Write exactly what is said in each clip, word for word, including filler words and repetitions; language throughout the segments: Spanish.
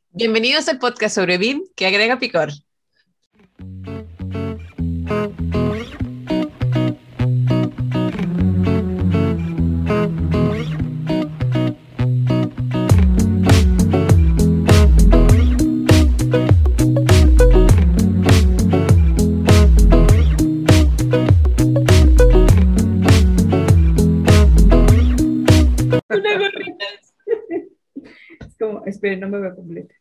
Bienvenidos al podcast sobre V I M que agrega picor. Una gorrita. Es como, esperen, no me veo completa.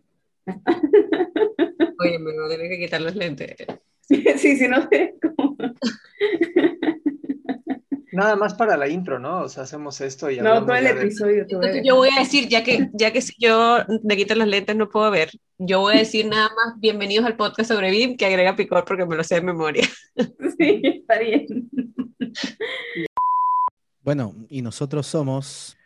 Oye, me voy a tener que quitar los lentes. Sí, sí, sí, no sé cómo. Nada más para la intro, ¿no? O sea, hacemos esto y No, hablamos todo el ya de... episodio te voy a Entonces dejar. yo voy a decir, ya que, ya que si yo me quito los lentes no puedo ver, yo voy a decir nada más bienvenidos al podcast sobre V I M que agrega picor porque me lo sé de memoria. Sí, está bien. Bueno, y nosotros somos...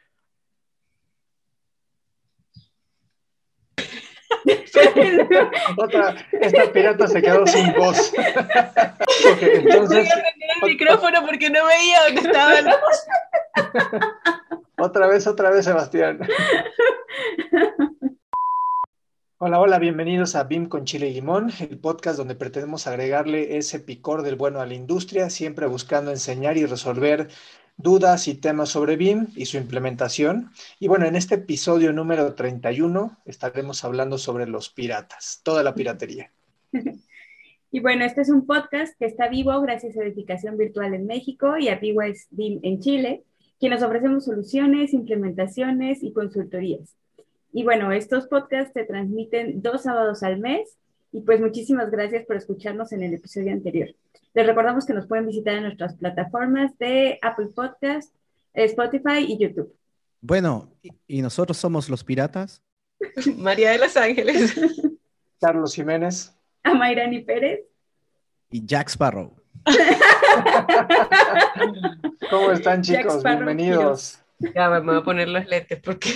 Otra, esta pirata se quedó sin voz. Ok, entonces, Voy a prender el micrófono porque no veía dónde estaba la voz. otra vez, otra vez, Sebastián. Hola, hola, bienvenidos a V I M con Chile y Limón, el podcast donde pretendemos agregarle ese picor del bueno a la industria, siempre buscando enseñar y resolver dudas y temas sobre V I M y su implementación. Y bueno, en este episodio número treinta y uno estaremos hablando sobre los piratas, toda la piratería. Y bueno, este es un podcast que está vivo gracias a Edificación Virtual en México y a V I M en Chile, quienes ofrecemos soluciones, implementaciones y consultorías. Y bueno, estos podcasts se transmiten dos sábados al mes y pues muchísimas gracias por escucharnos en el episodio anterior. Les recordamos que nos pueden visitar en nuestras plataformas de Apple Podcast, Spotify y YouTube. Bueno, y, y nosotros somos los piratas. María de los Ángeles. Carlos Jiménez. A Mayrani Pérez. Y Jack Sparrow. ¿Cómo están, Jack chicos? Sparrow, Bienvenidos. Ya me voy a poner los lentes porque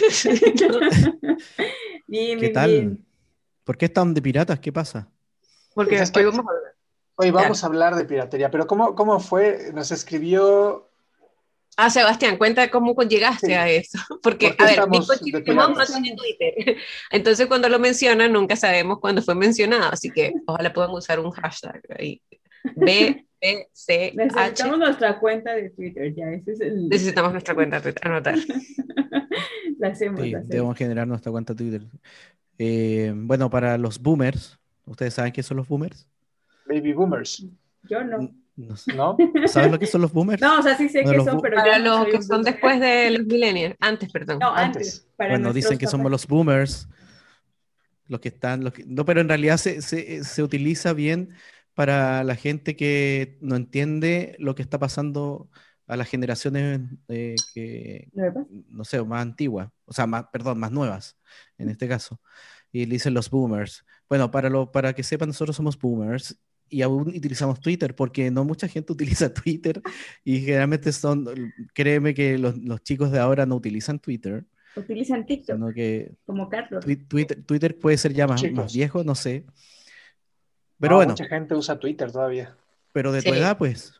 Bien, ¿Qué bien, tal? bien. ¿Por qué están de piratas? ¿Qué pasa? porque Pues es que- hoy vamos a hablar. Hoy vamos a hablar de piratería, pero ¿cómo, cómo fue? Nos escribió... Ah, Sebastián, cuenta cómo llegaste Sí. a eso. Porque, ¿Por qué a ver, estamos Nico Chile de Limón no piratas? tiene Twitter. Entonces, cuando lo mencionan, nunca sabemos cuándo fue mencionado. Así que ojalá puedan usar un hashtag ahí. B, B, C, H. Necesitamos nuestra cuenta de Twitter, ya, ese es el... Necesitamos nuestra cuenta de Twitter. Anotar. La hacemos, Sí, la hacemos. debemos generar nuestra cuenta Twitter. Eh, bueno, para los boomers, ¿ustedes saben qué son los boomers? Baby Boomers, Yo no. No, ¿no? ¿Sabes lo que son los boomers? No, o sea, sí sé Bueno, que los son, bu- pero Para yo no los soy que un son boomer. después de los millennials. Antes, perdón. No, antes. Antes. Para Bueno, nuestros dicen que somos papás. los boomers, los que están, los que- no, pero en realidad se, se, se utiliza bien para la gente que no entiende lo que está pasando a las generaciones eh, que, ¿Nuevas? no sé, más antiguas, o sea, más, perdón, más nuevas, en este caso. Y le dicen los boomers. Bueno, para, lo, para que sepan, nosotros somos boomers y aún utilizamos Twitter, porque no mucha gente utiliza Twitter y generalmente son, créeme que los, los chicos de ahora no utilizan Twitter, Utilizan TikTok, sino que como Carlos. Twi- Twitter, Twitter puede ser ya más, Chicos. más viejo, no sé. Pero No, bueno, mucha gente usa Twitter todavía. pero de tu Sí. edad, pues.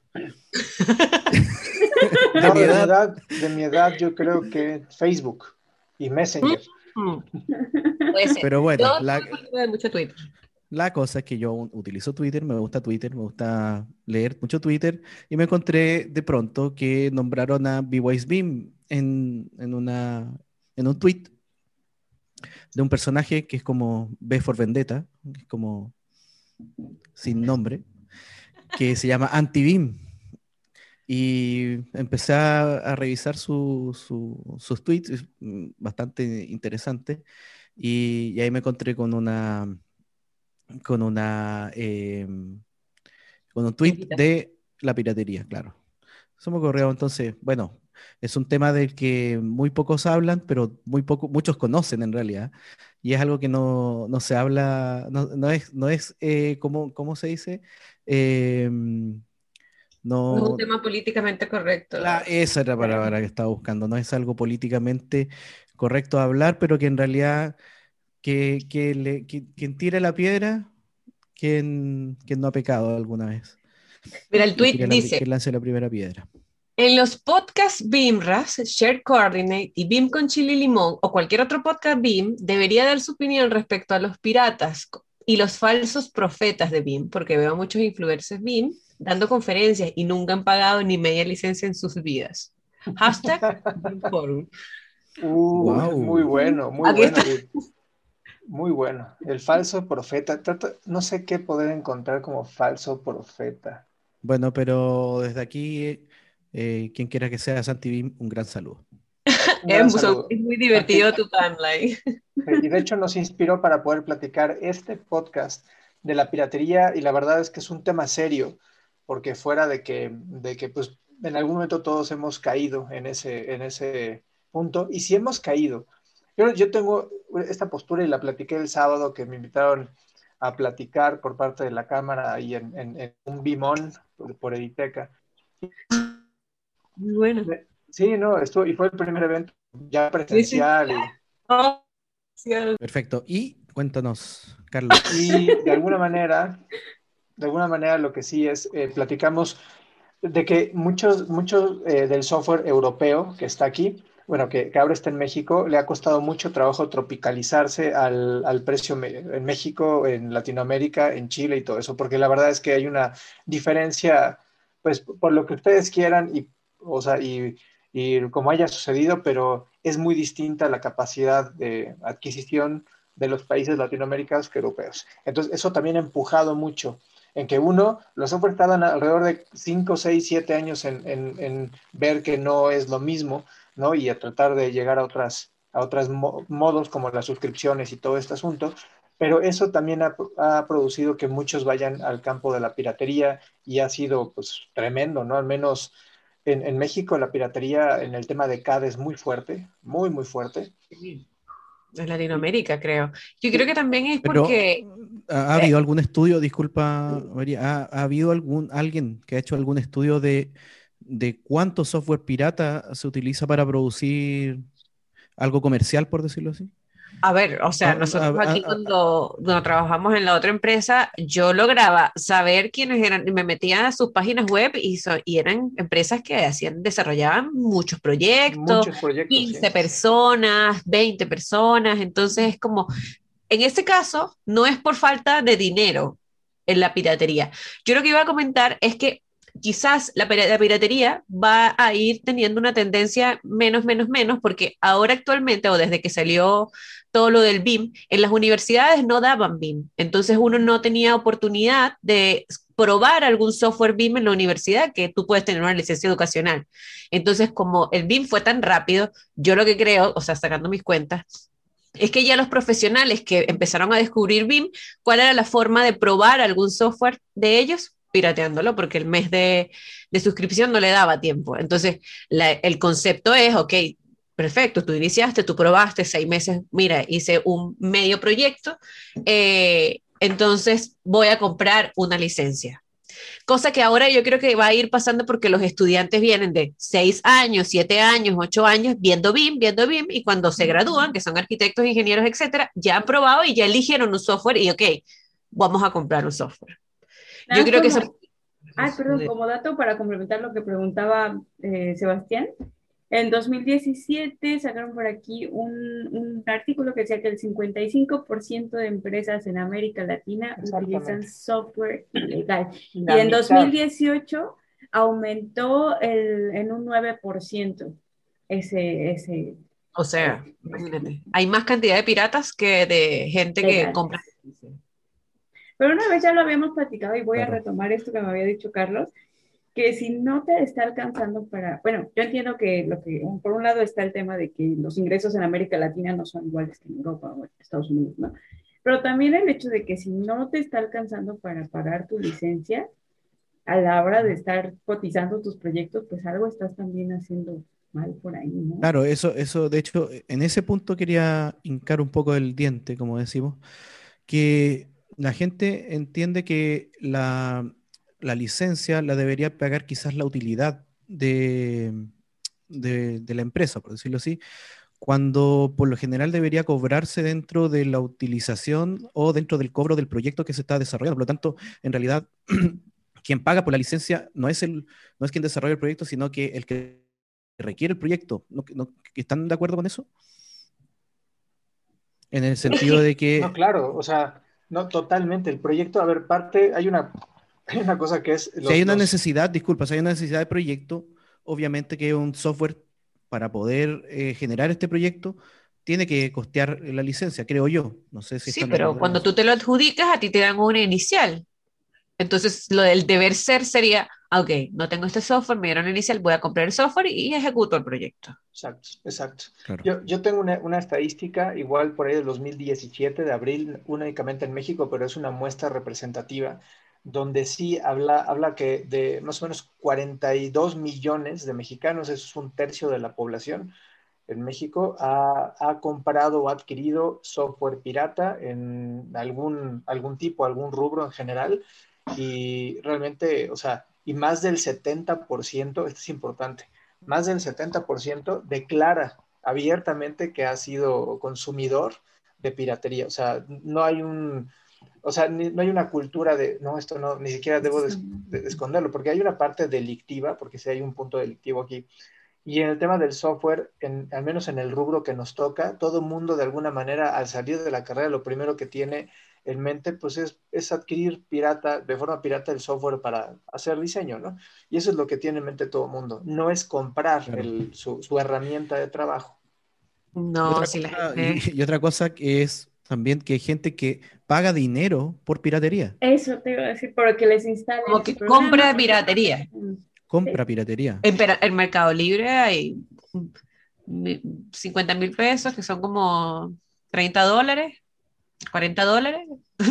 No, De mi de mi edad. edad, de mi edad yo creo que Facebook y Messenger. Mm. Puede ser. Pero bueno, Yo la, soy fanática de mucho Twitter. la cosa es que yo utilizo Twitter, me gusta Twitter, me gusta leer mucho Twitter, y me encontré de pronto que nombraron a B-Wise Beam en, en, una, en un tweet de un personaje que es como B for Vendetta, que es como sin nombre, que se llama Anti-Beam. Y empecé a, a revisar su, su- sus tweets, es, mm, bastante interesante, y, y ahí me encontré con una, con una, eh, con un tweet Invita. de la piratería, claro. Eso me ocurrió, entonces, bueno, es un tema del que muy pocos hablan, pero muy poco, muchos conocen en realidad, y es algo que no, no se habla, no, no es, no es eh, ¿cómo, cómo se dice? Eh, No es un no, tema políticamente correcto. la- esa era la palabra que estaba buscando. No es algo políticamente correcto a hablar, pero que en realidad que, que le- que- quien tire la piedra, quien, quien no ha pecado alguna vez. Mira, el Que tweet tire la pri- dice: que lance la primera piedra. En los podcasts BIMRAS, Shared Coordinate y BIM con chile y limón o cualquier otro podcast BIM debería dar su opinión respecto a los piratas y los falsos profetas de BIM, porque veo muchos influencers BIM dando conferencias y nunca han pagado ni media licencia en sus vidas. Hashtag BIM Forum. Uh, es muy Wow. bueno, muy Aquí bueno. está. y- Muy bueno. El falso profeta. Trata- no sé qué poder encontrar como falso profeta. Bueno, pero desde aquí, eh, quien quiera que sea Santi Bim, un gran saludo. Un Es, gran mu- son- saludo. es muy Santi, divertido tu timeline. y de hecho nos inspiró para poder platicar este podcast de la piratería y la verdad es que es un tema serio, porque fuera de que, de que pues en algún momento todos hemos caído en ese, en ese punto, y si hemos caído, yo, yo tengo esta postura y la platiqué el sábado que me invitaron a platicar por parte de la cámara y en, en, en un Bimón por, por Editeca. Muy bueno. Sí, no, estuvo, y fue el primer evento ya Sí, sí. presencial y Oh, sí. Perfecto. Y cuéntanos, Carlos. Y de alguna manera, de alguna manera lo que sí es, eh, platicamos de que muchos, muchos eh, del software europeo que está aquí, bueno, que, que ahora está en México, le ha costado mucho trabajo tropicalizarse al, al precio me- en México, en Latinoamérica, en Chile y todo eso, porque la verdad es que hay una diferencia, pues por lo que ustedes quieran y, o sea, y, y como haya sucedido, pero es muy distinta la capacidad de adquisición de los países latinoamericanos que europeos. Entonces, eso también ha empujado mucho en que uno, los software tardan alrededor de cinco, seis, siete años en, en, en ver que no es lo mismo, ¿no? Y a tratar de llegar a otras, a otros mo modos como las suscripciones y todo este asunto, pero eso también ha, ha, producido que muchos vayan al campo de la piratería y ha sido pues tremendo, ¿no? Al menos en, en México la piratería en el tema de C A D es muy fuerte, muy, muy fuerte. Sí. En Latinoamérica, creo. Yo creo que también es Pero, porque ¿ha, ha habido algún estudio, disculpa, María, ¿ha, ha habido algún alguien que ha hecho algún estudio de, de cuánto software pirata se utiliza para producir algo comercial, por decirlo así? a ver, o sea, Ah, nosotros ah, aquí ah, ah, cuando, cuando trabajamos en la otra empresa, yo lograba saber quiénes eran, y me metía a sus páginas web y, so- y eran empresas que hacían, desarrollaban muchos proyectos, Muchos proyectos, sí. quince personas, veinte personas, entonces es como, en este caso, no es por falta de dinero en la piratería. Yo lo que iba a comentar es que quizás la, la piratería va a ir teniendo una tendencia menos, menos, menos, porque ahora actualmente, o desde que salió todo lo del BIM, en las universidades no daban BIM. Entonces uno no tenía oportunidad de probar algún software BIM en la universidad, que tú puedes tener una licencia educacional. Entonces, como el BIM fue tan rápido, yo lo que creo, o sea, sacando mis cuentas, es que ya los profesionales que empezaron a descubrir BIM, ¿cuál era la forma de probar algún software de ellos? Pirateándolo, porque el mes de, de suscripción no le daba tiempo. Entonces, la, el concepto es, ok, perfecto, tú iniciaste, tú probaste seis meses, mira, hice un medio proyecto, eh, entonces voy a comprar una licencia. Cosa que ahora yo creo que va a ir pasando porque los estudiantes vienen de seis años, siete años, ocho años viendo BIM, viendo BIM, y cuando se gradúan, que son arquitectos, ingenieros, etcétera, ya han probado y ya eligieron un software y, ok, vamos a comprar un software. Nada Yo creo que como, eso... ay, perdón, como dato para complementar lo que preguntaba eh, Sebastián, en dos mil diecisiete sacaron por aquí un, un artículo que decía que el cincuenta y cinco por ciento de empresas en América Latina utilizan software ilegal. Y en dos mil dieciocho aumentó el, en un nueve por ciento ese... ese O sea, imagínate, hay más cantidad de piratas que de gente legal. que compra. Pero una vez ya lo habíamos platicado y voy claro. a retomar esto que me había dicho Carlos, que si no te está alcanzando para, bueno, yo entiendo que, lo que por un lado está el tema de que los ingresos en América Latina no son iguales que en Europa o en Estados Unidos, ¿no? Pero también el hecho de que si no te está alcanzando para pagar tu licencia, a la hora de estar cotizando tus proyectos, pues algo estás también haciendo mal por ahí, ¿no? Claro, eso, eso, de hecho, en ese punto quería hincar un poco el diente, como decimos, que la gente entiende que la, la licencia la debería pagar quizás la utilidad de, de, de la empresa, por decirlo así, cuando por lo general debería cobrarse dentro de la utilización o dentro del cobro del proyecto que se está desarrollando. Por lo tanto, en realidad, quien paga por la licencia no es, el, no es quien desarrolla el proyecto, sino que el que requiere el proyecto. ¿No, no, ¿Están de acuerdo con eso? En el sentido de que... No, claro, o sea, no, totalmente. El proyecto, a ver, parte, hay una, hay una cosa que es... Los, si hay una los... necesidad, disculpa, si hay una necesidad de proyecto, obviamente que un software para poder eh, generar este proyecto tiene que costear la licencia, creo yo. No sé si Sí, están de pero acuerdo con cuando eso. tú te lo adjudicas, a ti te dan una inicial. Entonces, lo del deber ser sería, ah, ok, no tengo este software, me dieron inicial, voy a comprar el software y ejecuto el proyecto. Exacto, exacto. Claro. Yo, yo tengo una, una estadística, igual por ahí del dos mil diecisiete, de abril, únicamente en México, pero es una muestra representativa, donde sí habla, habla que de más o menos cuarenta y dos millones de mexicanos, eso es un tercio de la población en México, ha, ha comprado o adquirido software pirata en algún, algún tipo, algún rubro en general, y realmente, o sea, y más del setenta por ciento, esto es importante, más del setenta por ciento declara abiertamente que ha sido consumidor de piratería. O sea, no hay un, o sea, ni, no hay una cultura de, no, esto no, ni siquiera debo de, de, de esconderlo, porque hay una parte delictiva, porque sí hay un punto delictivo aquí. Y en el tema del software, en, al menos en el rubro que nos toca, todo mundo de alguna manera al salir de la carrera lo primero que tiene en mente pues es, es adquirir pirata, de forma pirata el software para hacer diseño, ¿no? Y eso es lo que tiene en mente todo mundo, no es comprar Claro. el, su, su herramienta de trabajo. Y No, otra, si la cosa, gente... y, y otra cosa que es también que hay gente que paga dinero por piratería, Eso te iba a decir, porque les instalen Como su que programa. compra piratería. Mm, compra sí. piratería. En, pera- en Mercado Libre hay cincuenta mil pesos, que son como treinta dólares, cuarenta dólares,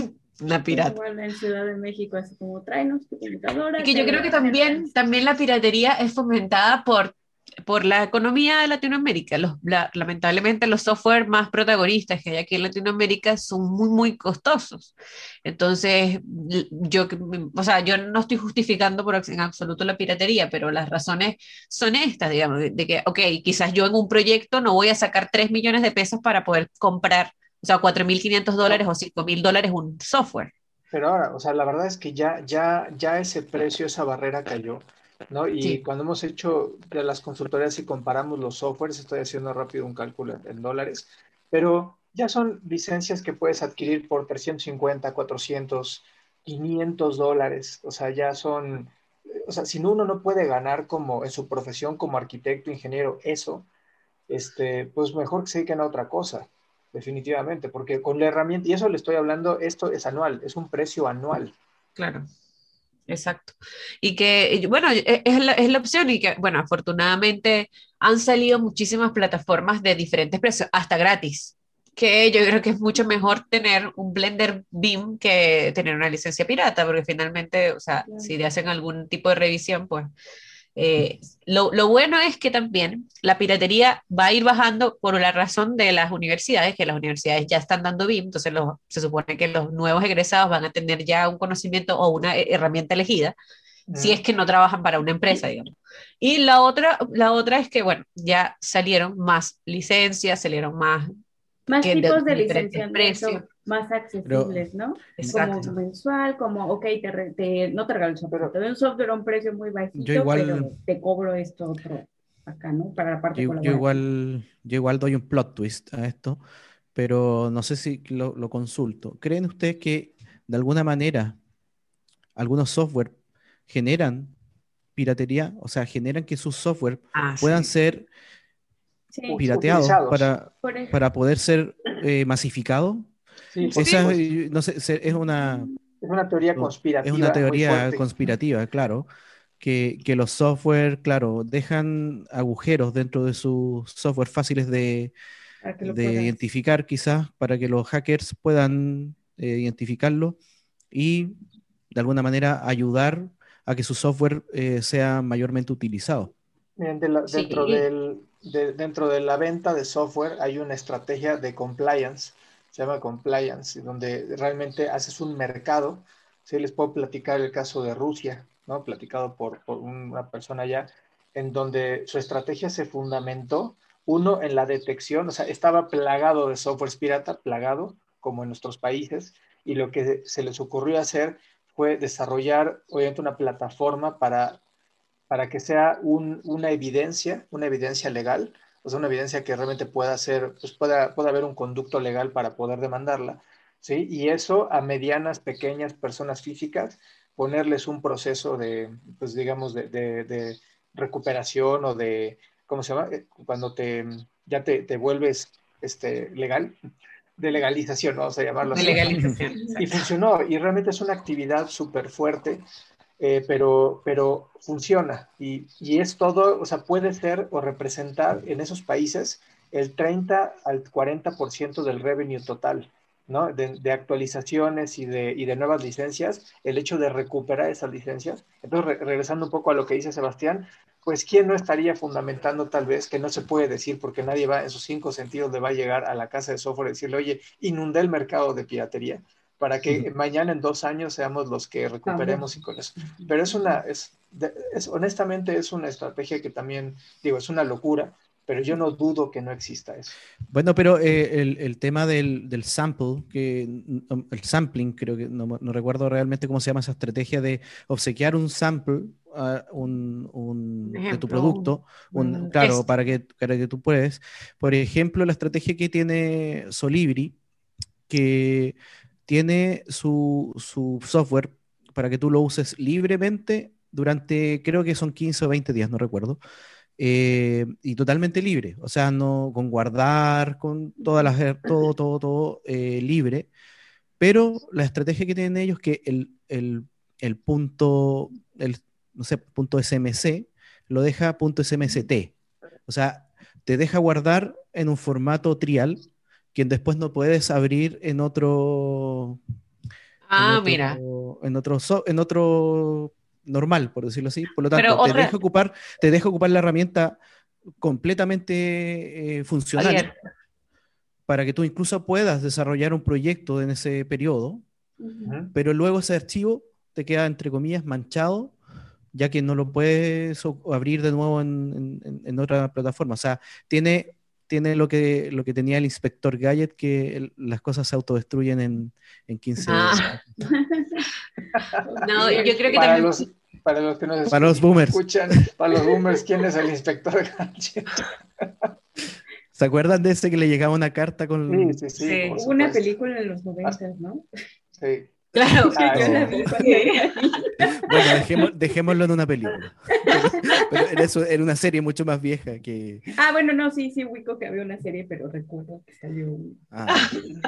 una Sí, pirata. igual en Ciudad de México, así como tráenos tu Y computadora. que te yo creo que también, también la piratería es fomentada por, por la economía de Latinoamérica. Los, la- lamentablemente los software más protagonistas que hay aquí en Latinoamérica son muy, muy costosos. Entonces, l- yo, que- o sea, yo no estoy justificando por en absoluto la piratería, pero las razones son estas, digamos, de, de que, ok, quizás yo en un proyecto no voy a sacar tres millones de pesos para poder comprar, o sea, cuatro mil quinientos dólares No, o cinco mil dólares un software. pero ahora, o sea, la verdad es que ya, ya, ya ese precio, esa barrera cayó, ¿no? Y Sí. cuando hemos hecho de las consultorías y comparamos los softwares, estoy haciendo rápido un cálculo en, en dólares, pero ya son licencias que puedes adquirir por trescientos cincuenta, cuatrocientos, quinientos dólares, o sea, ya son, o sea, si uno no puede ganar como en su profesión como arquitecto, ingeniero, eso, este, pues mejor que se dediquen a otra cosa, definitivamente, porque con la herramienta, y eso le estoy hablando, esto es anual, es un precio anual. Claro. Exacto. Y que, y bueno, e- es la, es la opción y que, bueno, afortunadamente han salido muchísimas plataformas de diferentes precios, hasta gratis, que yo creo que es mucho mejor tener un Blender BIM que tener una licencia pirata, porque finalmente, o sea, si le hacen algún tipo de revisión, pues eh, lo, lo bueno es que también la piratería va a ir bajando por la razón de las universidades, que las universidades ya están dando BIM, entonces los- se supone que los nuevos egresados van a tener ya un conocimiento o una eh, herramienta elegida, si es Mm. que no trabajan para una empresa, digamos. Y la otra, la otra es que, bueno, ya salieron más licencias, salieron más Más que de, tipos de de diferentes precios. licenciamiento más Pero accesibles, ¿no? Como Exacto. mensual, como, ok, te, re- te- no te regalo el software, Pero, te doy un software a un precio muy yo bajito, igual, pero te cobro esto otro acá, ¿no? Para la parte yo, yo colaborativa. igual, yo igual doy un plot twist a esto, pero no sé si lo, lo consulto. ¿Creen ustedes que de alguna manera algunos software generan piratería? O sea, generan que sus software Ah, puedan sí. ser Sí, pirateados utilizados. para, por ejemplo. para poder ser eh, masificados. Sí, por Sí, Esa, supuesto. eh, no sé, se- es una, Es una teoría no, es una conspirativa muy teoría fuerte. conspirativa, claro, que, que los software, claro, dejan agujeros dentro de sus software fáciles de, Para que lo de puedas. identificar quizás para que los hackers puedan eh, identificarlo y de alguna manera ayudar a que su software eh, sea mayormente utilizado. Miren, de la- dentro sí. del, de- dentro de la venta de software hay una estrategia de compliance, se llama compliance, donde realmente haces un mercado. Sí, les puedo platicar el caso de Rusia, ¿no? Platicado por, por una persona allá, en donde su estrategia se fundamentó, uno, en la detección, o sea, estaba plagado de software pirata, plagado, como en nuestros países, y lo que se les ocurrió hacer fue desarrollar, obviamente, una plataforma para, para que sea un, una evidencia, una evidencia legal, o sea, una evidencia que realmente pueda ser, pues pueda, pueda haber un conducto legal para poder demandarla, ¿sí? Y eso a medianas, pequeñas personas físicas, ponerles un proceso de, pues digamos, de, de, de recuperación o de, ¿cómo se llama? Cuando te, ya te, te vuelves este, legal, de legalización, vamos a llamarlo De así. legalización. Y funcionó, y realmente es una actividad súper fuerte, eh, pero, pero funciona, y, y es todo, o sea, puede ser o representar en esos países el treinta al cuarenta por ciento del revenue total, ¿no? De, de actualizaciones y de, y de nuevas licencias, el hecho de recuperar esas licencias. Entonces, re regresando un poco a lo que dice Sebastián, pues ¿quién no estaría fundamentando tal vez, que no se puede decir porque nadie va en sus cinco sentidos le va a llegar a la casa de software y decirle, oye, inundé el mercado de piratería para que uh-huh. mañana en dos años seamos los que recuperemos y con eso. Pero es una, es, es, honestamente es una estrategia que también, digo, es una locura, pero yo no dudo que no exista eso. Bueno, pero eh, el, el tema del, del sample, que, el sampling, creo que no, no recuerdo realmente cómo se llama esa estrategia de obsequiar un sample uh, un, un, de tu producto, un, claro, es... para, que, para que tú puedas. Por ejemplo, la estrategia que tiene Solibri, que tiene su, su software para que tú lo uses libremente durante, creo que son quince o veinte días, no recuerdo. Eh, y totalmente libre, o sea, no con guardar, con todas las, todo, todo, todo eh, libre, pero la estrategia que tienen ellos es que el, el, el punto, el, no sé, punto S M C, lo deja punto S M C T, o sea, te deja guardar en un formato trial, que después no puedes abrir en otro... Ah, en otro, mira. En otro, en otro normal, por decirlo así. Por lo tanto, Pero te, otra... deja ocupar, te deja ocupar la herramienta completamente eh, funcional Abierto. Para que tú incluso puedas desarrollar un proyecto en ese periodo, uh-huh. pero luego ese archivo te queda, entre comillas, manchado, ya que no lo puedes abrir de nuevo en, en, en otra plataforma. O sea, tiene... tiene lo que, lo que tenía el inspector Gadget, que el, las cosas se autodestruyen en, en quince ah. No, yo creo que para también... los, para los que nos para los boomers. escuchan, para los boomers, ¿quién es el inspector Gadget? ¿Se acuerdan de ese que le llegaba una carta con...? Sí, sí, sí. sí. Hubo una película en los noventas, ¿no? Sí. Claro, ah, yo no. la vi cuando era niña. Bueno, dejemos, dejémoslo en una película. Pero, pero era, eso, era una serie mucho más vieja que... Ah, bueno, no, sí, sí, ubico que había una serie, pero recuerdo que salió... Ah.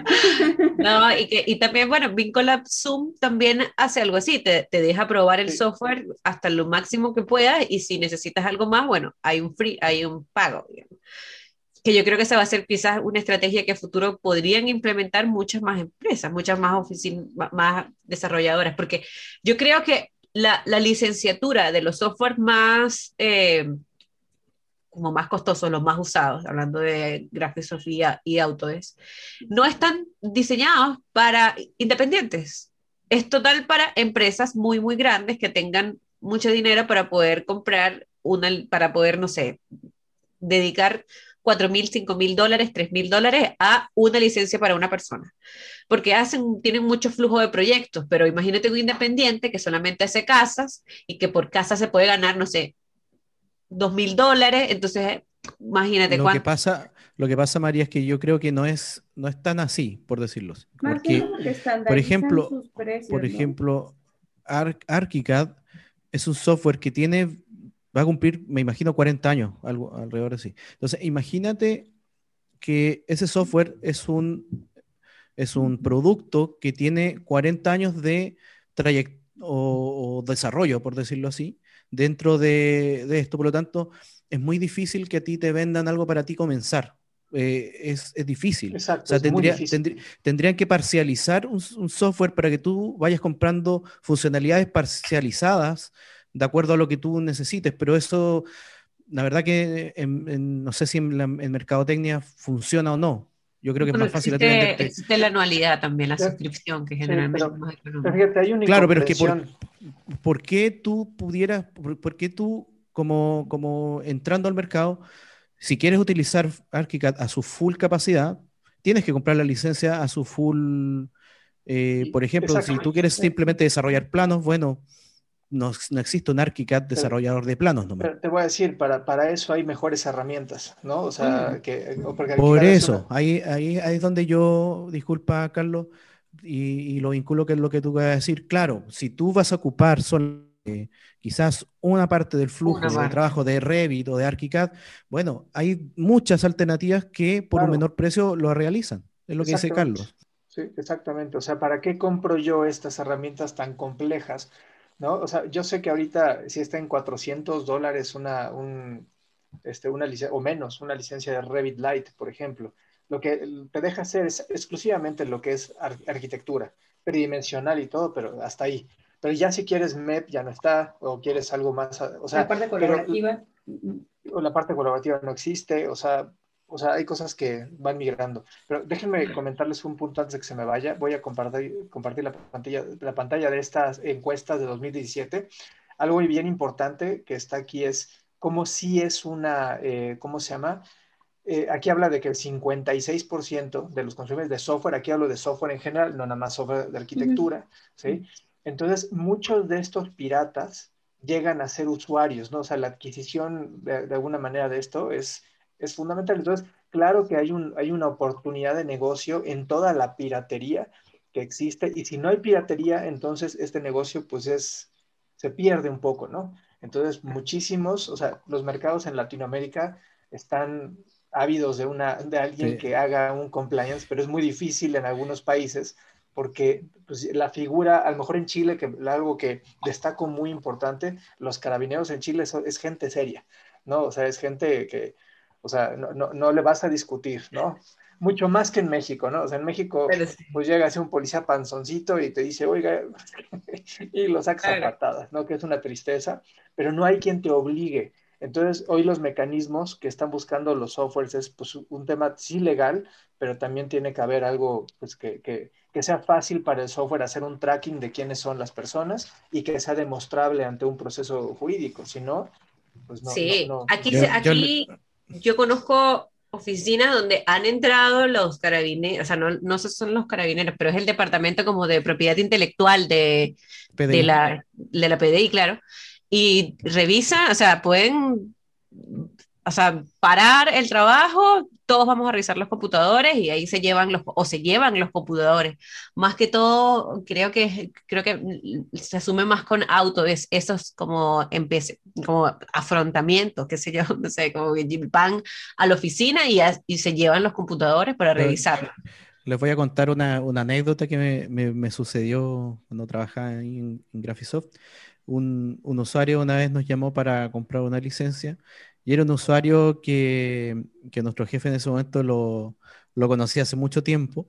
No, y, que, y también, bueno, Vincolab Zoom también hace algo así, te, te deja probar el sí. software hasta lo máximo que puedas, y si necesitas algo más, bueno, hay un free, hay un pago, digamos. Que yo creo que esa va a ser quizás una estrategia que a futuro podrían implementar muchas más empresas, muchas más oficinas, más desarrolladoras, porque yo creo que la, la licenciatura de los softwares más, eh, como más costosos, los más usados, hablando de Graphisoft y, y Autodesk, no están diseñados para independientes, es total para empresas muy, muy grandes que tengan mucho dinero para poder comprar una, para poder, no sé, dedicar cuatro mil, cinco mil dólares, tres mil dólares a una licencia para una persona. Porque hacen, tienen mucho flujo de proyectos, pero imagínate un independiente que solamente hace casas y que por casa se puede ganar, no sé, dos mil dólares. Entonces, imagínate lo cuánto. Que pasa, lo que pasa, María, es que yo creo que no es, no es tan así, por decirlo así. Más Porque, por ejemplo, sus precios, por ¿no? ejemplo, Ar ArchiCAD es un software que tiene... va a cumplir, me imagino, cuarenta años, algo alrededor de sí. Entonces, imagínate que ese software es un, es un producto que tiene cuarenta años de trayectoria o, o desarrollo, por decirlo así, dentro de, de esto. Por lo tanto, es muy difícil que a ti te vendan algo para ti comenzar. Eh, es, es difícil. Exacto, o sea, es tendría, muy difícil. Tendrí, tendrían que parcializar un, un software para que tú vayas comprando funcionalidades parcializadas de acuerdo a lo que tú necesites, pero eso, la verdad que en, en, no sé si en, la, en mercadotecnia funciona o no. Yo creo que bueno, es más fácil existe, venderte. Existe la anualidad también, la sí, suscripción, que generalmente sí, pero, es más económica. Pero fíjate, hay una claro, pero es que por, ¿por qué tú pudieras, por, por qué tú, como, como entrando al mercado, si quieres utilizar ArchiCAD a su full capacidad, tienes que comprar la licencia a su full Eh, por ejemplo, si tú quieres simplemente desarrollar planos, bueno, no, no existe un ArchiCAD desarrollador pero, de planos nomás. pero te voy a decir, para, para eso hay mejores herramientas, ¿no? O sea, que, porque Por ArchiCAD es una... eso, ahí, ahí, ahí es donde yo, disculpa, Carlos, y, y lo vinculo que es lo que tú vas a decir. Claro, si tú vas a ocupar solo, eh, quizás una parte del Una flujo de parte. trabajo de Revit o de ArchiCAD, bueno, hay muchas alternativas que por un Claro, menor precio lo realizan. Es lo que dice exactamente. Carlos. Sí, exactamente. O sea, ¿para qué compro yo estas herramientas tan complejas? ¿No? O sea, yo sé que ahorita si está en cuatrocientos dólares una, un, este, una licencia, o menos, una licencia de Revit Lite, por ejemplo. Lo que te deja hacer es exclusivamente lo que es ar arquitectura, tridimensional y todo, pero hasta ahí. Pero ya si quieres M E P ya no está, o quieres algo más, o La sea, parte pero colaborativa. o la parte colaborativa no existe, o sea, o sea, hay cosas que van migrando. Pero déjenme comentarles un punto antes de que se me vaya. Voy a compartir, compartir la pantalla, la pantalla de estas encuestas de dos mil diecisiete. Algo bien importante que está aquí es cómo sí es una, eh, ¿cómo se llama? Eh, aquí habla de que el cincuenta y seis por ciento de los consumidores de software, aquí hablo de software en general, no nada más software de arquitectura, ¿sí? Entonces, muchos de estos piratas llegan a ser usuarios, ¿no? O sea, la adquisición de, de alguna manera de esto es, es fundamental. Entonces, claro que hay, un, hay una oportunidad de negocio en toda la piratería que existe, y si no hay piratería, entonces este negocio pues es, se pierde un poco, ¿no? Entonces, muchísimos, o sea, los mercados en Latinoamérica están ávidos de, una, de alguien Sí. que haga un compliance, pero es muy difícil en algunos países porque pues, la figura, a lo mejor en Chile, que algo que destaco muy importante, los carabineros en Chile son, es gente seria, ¿no? O sea, es gente que, o sea, no, no, no le vas a discutir, ¿no? Mucho más que en México, ¿no? O sea, en México, Pero sí, pues llega así un policía panzoncito y te dice, oiga, y lo sacas a claro. patadas, ¿no? Que es una tristeza, pero no hay quien te obligue. Entonces, hoy los mecanismos que están buscando los softwares es pues, un tema sí legal, pero también tiene que haber algo pues, que, que, que sea fácil para el software hacer un tracking de quiénes son las personas y que sea demostrable ante un proceso jurídico. Si no, pues no, no, Sí, no, aquí, no Yo, se- hay. yo, aquí yo conozco oficinas donde han entrado los carabineros, o sea, no, no sé si son los carabineros, pero es el departamento como de propiedad intelectual de, de P D I. la, de la P D I, claro, y revisan, o sea, pueden, o sea, parar el trabajo, todos vamos a revisar los computadores y ahí se llevan los, o se llevan los computadores. Más que todo, creo que, creo que se asume más con auto, es esos como, empecé, como afrontamientos, qué sé yo, no sé, como que van a la oficina y, a- y se llevan los computadores para Yo- revisarlos. Les voy a contar una, una anécdota que me, me- me sucedió cuando trabajaba ahí en, en Graphisoft. Un, un usuario una vez nos llamó para comprar una licencia y era un usuario que, que nuestro jefe en ese momento lo, lo conocía hace mucho tiempo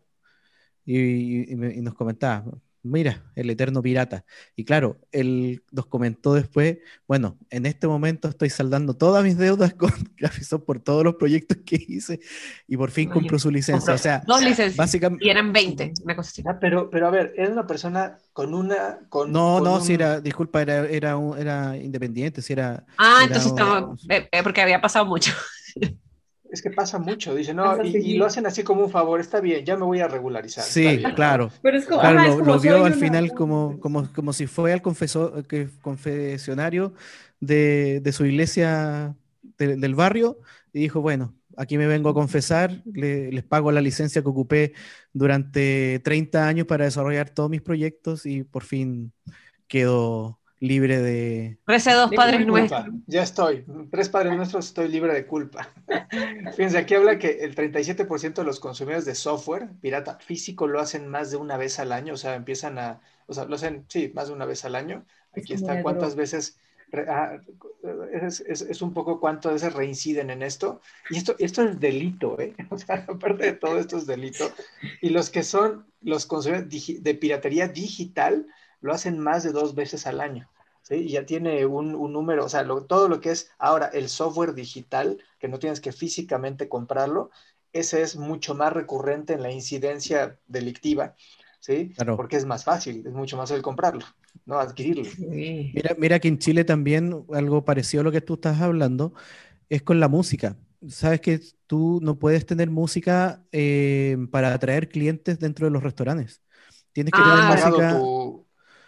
y, y me- y nos comentaba, mira, el eterno pirata. Y claro, él nos comentó después, bueno, en este momento estoy saldando todas mis deudas con Graphisoft por todos los proyectos que hice y por fin compró Imagínate. su licencia. O Compró sea, dos licencias y básicamente... eran veinte, una cosa así. Ah, pero, pero a ver, es una persona con una, con, No, con no, si un, era, disculpa, era, era, un- era independiente, si era, Ah, era, entonces estamos, un- eh, eh, porque había pasado mucho. es que pasa mucho, dice, no, Pasa y, y lo seguido. hacen así como un favor, está bien, ya me voy a regularizar, está sí, bien, ¿no? claro, Pero es como, claro, ajá, es lo, como lo vio soy al una, final una como, como, persona. como si fue al confeso, que, confesionario de, de su iglesia de- del barrio y dijo, bueno, aquí me vengo a confesar, le- les pago la licencia que ocupé durante treinta años para desarrollar todos mis proyectos y por fin quedo libre de... Rece dos De De padres culpa. nuestros. culpa, ya estoy. Tres padres nuestros, estoy libre de culpa. Fíjense, aquí habla que el treinta y siete por ciento de los consumidores de software pirata físico lo hacen más de una vez al año, o sea, empiezan a, o sea, lo hacen, sí, más de una vez al año. Es Aquí como está una cuántas droga. veces, re- ah, es, es, es un poco cuántas veces reinciden en esto. Y esto, esto es delito, ¿eh? O sea, aparte de todo esto es delito. Y los que son los consumidores digi- de piratería digital lo hacen más de dos veces al año. ¿Sí? Y ya tiene un, un número, o sea, lo, todo lo que es ahora el software digital, que no tienes que físicamente comprarlo, ese es mucho más recurrente en la incidencia delictiva, ¿sí? Claro. Porque es más fácil, es mucho más fácil comprarlo, ¿no? Adquirirlo. Sí. Mira, mira que en Chile también algo parecido a lo que tú estás hablando es con la música. Sabes que tú no puedes tener música eh, para atraer clientes dentro de los restaurantes. Tienes que Ah, tener pagado música, tu...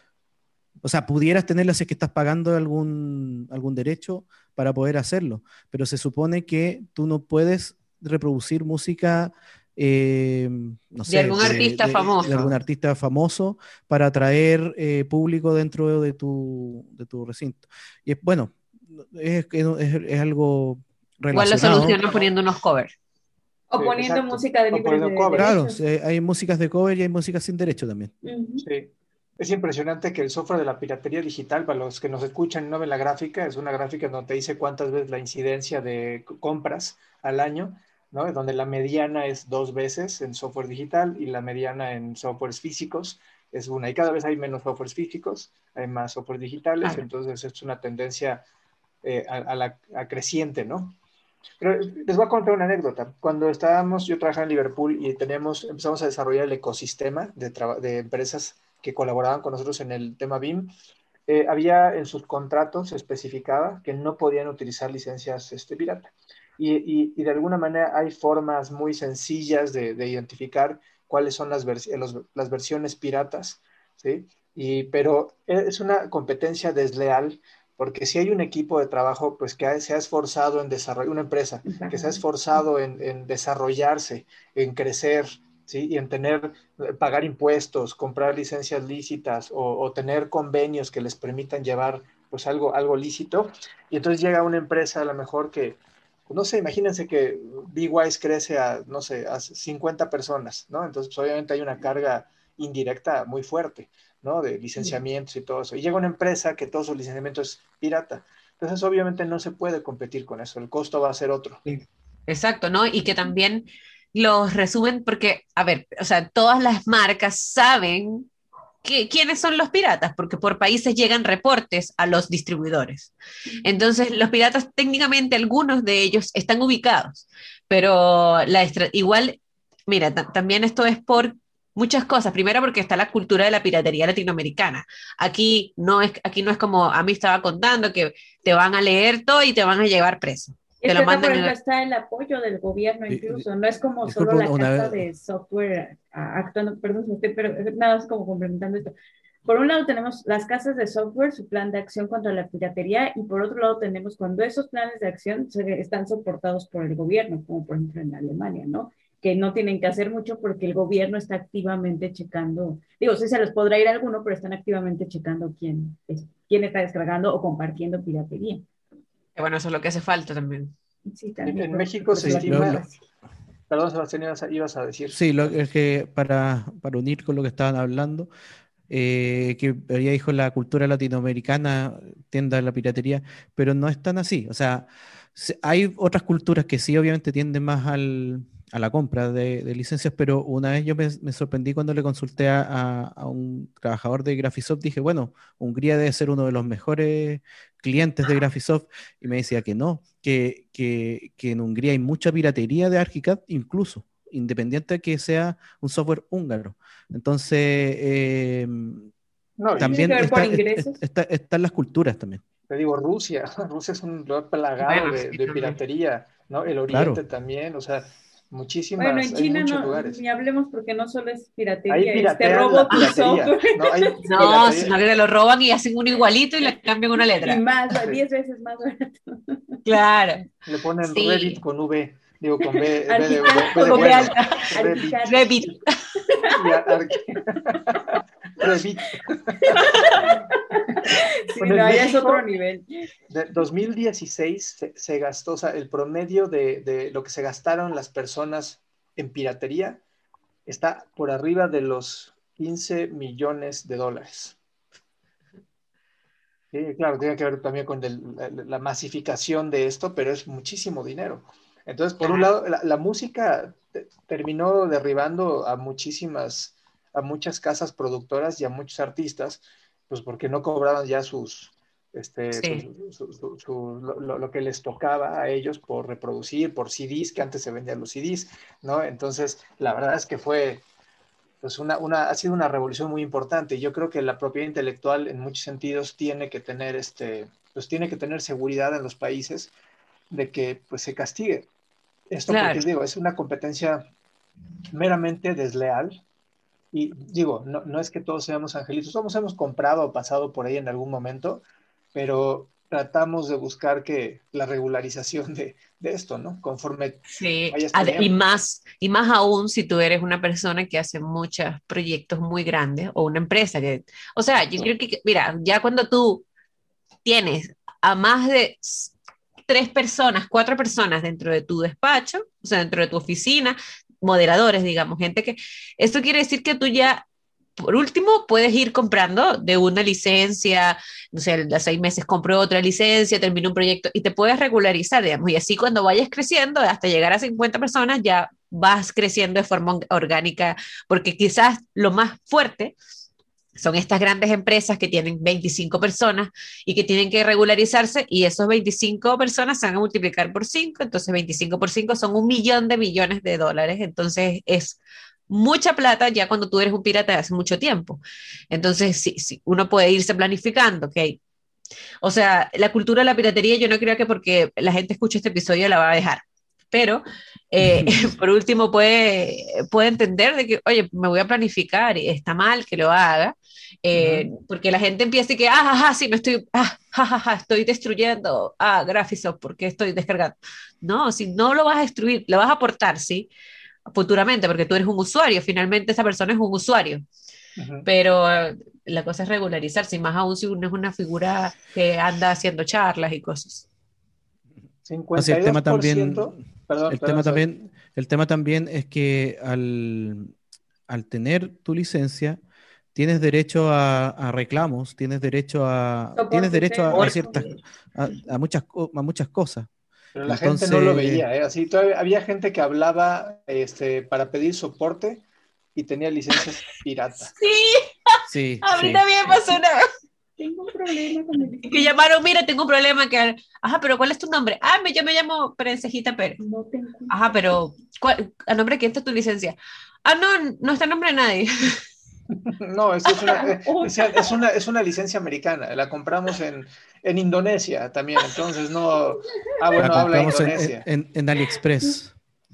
o sea, pudieras tenerla si es que estás pagando algún, algún derecho para poder hacerlo, pero se supone que tú no puedes reproducir música, eh, no de sé, algún de, artista de- de algún famoso. artista famoso para atraer eh, público dentro de tu, de tu recinto. Y es, bueno, es, es, es algo Igual lo relacionado. solucionan poniendo unos covers. O Sí, poniendo exacto. música de O libres poniendo de covers. Claro, derechos. se- hay músicas de cover y hay músicas sin derecho también. Ujú. Sí. Es impresionante que el software de la piratería digital, para los que nos escuchan y no ven la gráfica, es una gráfica donde te dice cuántas veces la incidencia de c- compras al año, ¿no? Donde la mediana es dos veces en software digital y la mediana en softwares físicos es una. Y cada vez hay menos softwares físicos, hay más softwares digitales, Claro. entonces es una tendencia eh, a, a la a creciente, ¿no? Pero les voy a contar una anécdota. Cuando estábamos, yo trabajaba en Liverpool y teníamos, empezamos a desarrollar el ecosistema de, de empresas que colaboraban con nosotros en el tema B I M. Eh, había en sus contratos especificaba que no podían utilizar licencias este, pirata. Y, y, y de alguna manera hay formas muy sencillas de, de identificar cuáles son las, vers los, las versiones piratas, ¿sí? Y, pero es una competencia desleal porque si hay un equipo de trabajo pues que se ha esforzado en desarrollar, una empresa que se ha esforzado en, en desarrollarse, en crecer, ¿sí? Y en tener, pagar impuestos, comprar licencias lícitas o, o tener convenios que les permitan llevar pues algo, algo lícito, y entonces llega una empresa a lo mejor que, no sé, imagínense que B-Wise crece a, no sé, a cincuenta personas, ¿no? Entonces pues, obviamente hay una carga indirecta muy fuerte, ¿no? De licenciamientos y todo eso. Y llega una empresa que todo su licenciamiento es pirata. Entonces, obviamente no se puede competir con eso. El costo va a ser otro. Exacto, ¿no? Y que también los resumen porque, a ver, o sea, todas las marcas saben que, quiénes son los piratas, porque por países llegan reportes a los distribuidores. Entonces, los piratas, técnicamente, algunos de ellos están ubicados, pero la igual, mira, también esto es por muchas cosas. Primero, porque está la cultura de la piratería latinoamericana. Aquí no es, aquí no es como a mí estaba contando que te van a leer todo y te van a llevar preso. Es Te que lo acá, por mandan ejemplo, en... está el apoyo del gobierno incluso, no es como solo Disculpa, una, la una casa vez, de software ah, actuando, perdón, si usted, pero nada más como complementando esto. Por un lado tenemos las casas de software, su plan de acción contra la piratería, y por otro lado tenemos cuando esos planes de acción se, están soportados por el gobierno, como por ejemplo en Alemania, ¿no? Que no tienen que hacer mucho porque el gobierno está activamente checando, digo, sí se les podrá ir alguno, pero están activamente checando quién, es, quién está descargando o compartiendo piratería. Bueno, eso es lo que hace falta también. Sí, En, también, en por, México se sí, lo, estima, lo- perdón Sebastián, ibas a, ibas a decir. sí, lo, es que para, para unir con lo que estaban hablando, eh, que ella dijo la cultura latinoamericana tiende a la piratería, pero no es tan así. O sea, se- hay otras culturas que sí, obviamente, tienden más al, a la compra de, de licencias, pero una vez yo me, me sorprendí cuando le consulté a, a- a un trabajador de Graphisoft, dije, bueno, Hungría debe ser uno de los mejores clientes de Graphisoft, y me decía que no, que, que, que en Hungría hay mucha piratería de ArchiCAD, incluso, independiente de que sea un software húngaro. Entonces, eh, No, y tiene que también ver por está, est- est- ingresos. está- están las culturas también. te digo, Rusia, Rusia es un lugar plagado Bueno, de, sí, de también. piratería, ¿no? El Oriente Claro, también, o sea, Bueno, muchísimas, en hay China muchos no, lugares. ni hablemos porque no solo es Ahí piratería, es te piratean robo la tu piratería, software ¿no? Hay No, sino piratería, que te lo roban y hacen uno igualito y le cambian una y letra. más, sí. diez veces más barato. Claro, Le ponen Revit sí. con V, digo, con B, B de, Arquicad, B de Con B bueno, alta. Revit. Revit. Y a- ar- Revit. Sí, Bueno, no, en ya es otro México, nivel. de dos mil dieciséis se, se gastó, o sea, el promedio de, de lo que se gastaron las personas en piratería está por arriba de los quince millones de dólares. Sí, claro, tiene que ver también con el- la, la masificación de esto, pero es muchísimo dinero. Entonces, por un Claro. lado, la, la música te- terminó derribando a muchísimas, a muchas casas productoras y a muchos artistas, pues porque no cobraban ya sus, este, pues, Sí. su- su- su- lo, lo- lo que les tocaba a ellos por reproducir, por C Ds, que antes se vendían los C Ds, ¿no? Entonces, la verdad es que fue pues una, una, ha sido una revolución muy importante. Yo creo que la propiedad intelectual en muchos sentidos tiene que tener, este, pues tiene que tener seguridad en los países de que pues, se castigue esto, porque Claro. digo, es una competencia meramente desleal, Y digo, no, no es que todos seamos angelitos, todos hemos comprado o pasado por ahí en algún momento, pero tratamos de buscar que la regularización de, de esto, ¿no? Conforme Sí, vayas ad- y teniendo. más, y más aún si tú eres una persona que hace muchos proyectos muy grandes o una empresa que, o sea, yo creo que, mira, ya cuando tú tienes a más de s- tres personas, cuatro personas dentro de tu despacho, o sea, dentro de tu oficina, moderadores, digamos, gente que, esto quiere decir que tú ya, por último, puedes ir comprando de una licencia, no sé, a seis meses compro otra licencia, termino un proyecto y te puedes regularizar, digamos, y así cuando vayas creciendo, hasta llegar a cincuenta personas, ya vas creciendo de forma orgánica, porque quizás lo más fuerte son estas grandes empresas que tienen veinticinco personas y que tienen que regularizarse y esos veinticinco personas se van a multiplicar por cinco, entonces veinticinco por cinco son un millón de millones de dólares, entonces es mucha plata ya cuando tú eres un pirata de hace mucho tiempo. Entonces, sí, sí, uno puede irse planificando, ¿ok? O sea, la cultura de la piratería yo no creo que porque la gente escuche este episodio la va a dejar, pero eh, por último puede, puede entender de que, oye, me voy a planificar y está mal que lo haga, eh, Ujú. porque la gente empieza y que, ah, ja, ja, sí, me estoy, ah, ja, ja, ja, estoy destruyendo, ah, Graphisoft, ¿por qué estoy descargando? No, si no lo vas a destruir, lo vas a aportar, sí, futuramente, porque tú eres un usuario, finalmente esa persona es un usuario, Ujú. pero eh, la cosa es regularizarse, y más aún si uno es una figura que anda haciendo charlas y cosas. No, sí, cincuenta el y dos tema por ciento, también, perdón, el perdón, tema Sol. también, el tema también es que al, al tener tu licencia, tienes derecho a, a reclamos, tienes derecho a, tienes Soporte derecho a, a técnico. ciertas, a, a muchas, co- a muchas cosas. Pero la gente no lo Entonces, veía, ¿eh? Así, todavía había gente que hablaba este, para pedir soporte y tenía licencias pirata. Sí, sí, a mí sí. también pasó una vez Tengo un problema con mi que licencia. llamaron, mira, tengo un problema que, ajá, pero ¿cuál es tu nombre? Ah, me, yo me llamo Prensejita Pérez. No te encuentro. Ajá, pero ¿cuál- ¿a nombre de quién está tu licencia? Ah, no, no está a nombre de nadie. No, es, es una, eh, decía, Otra. es una, es una licencia americana, la compramos en, en Indonesia también, entonces no, ah, La bueno, habla compramos en, en, Indonesia. en- en AliExpress.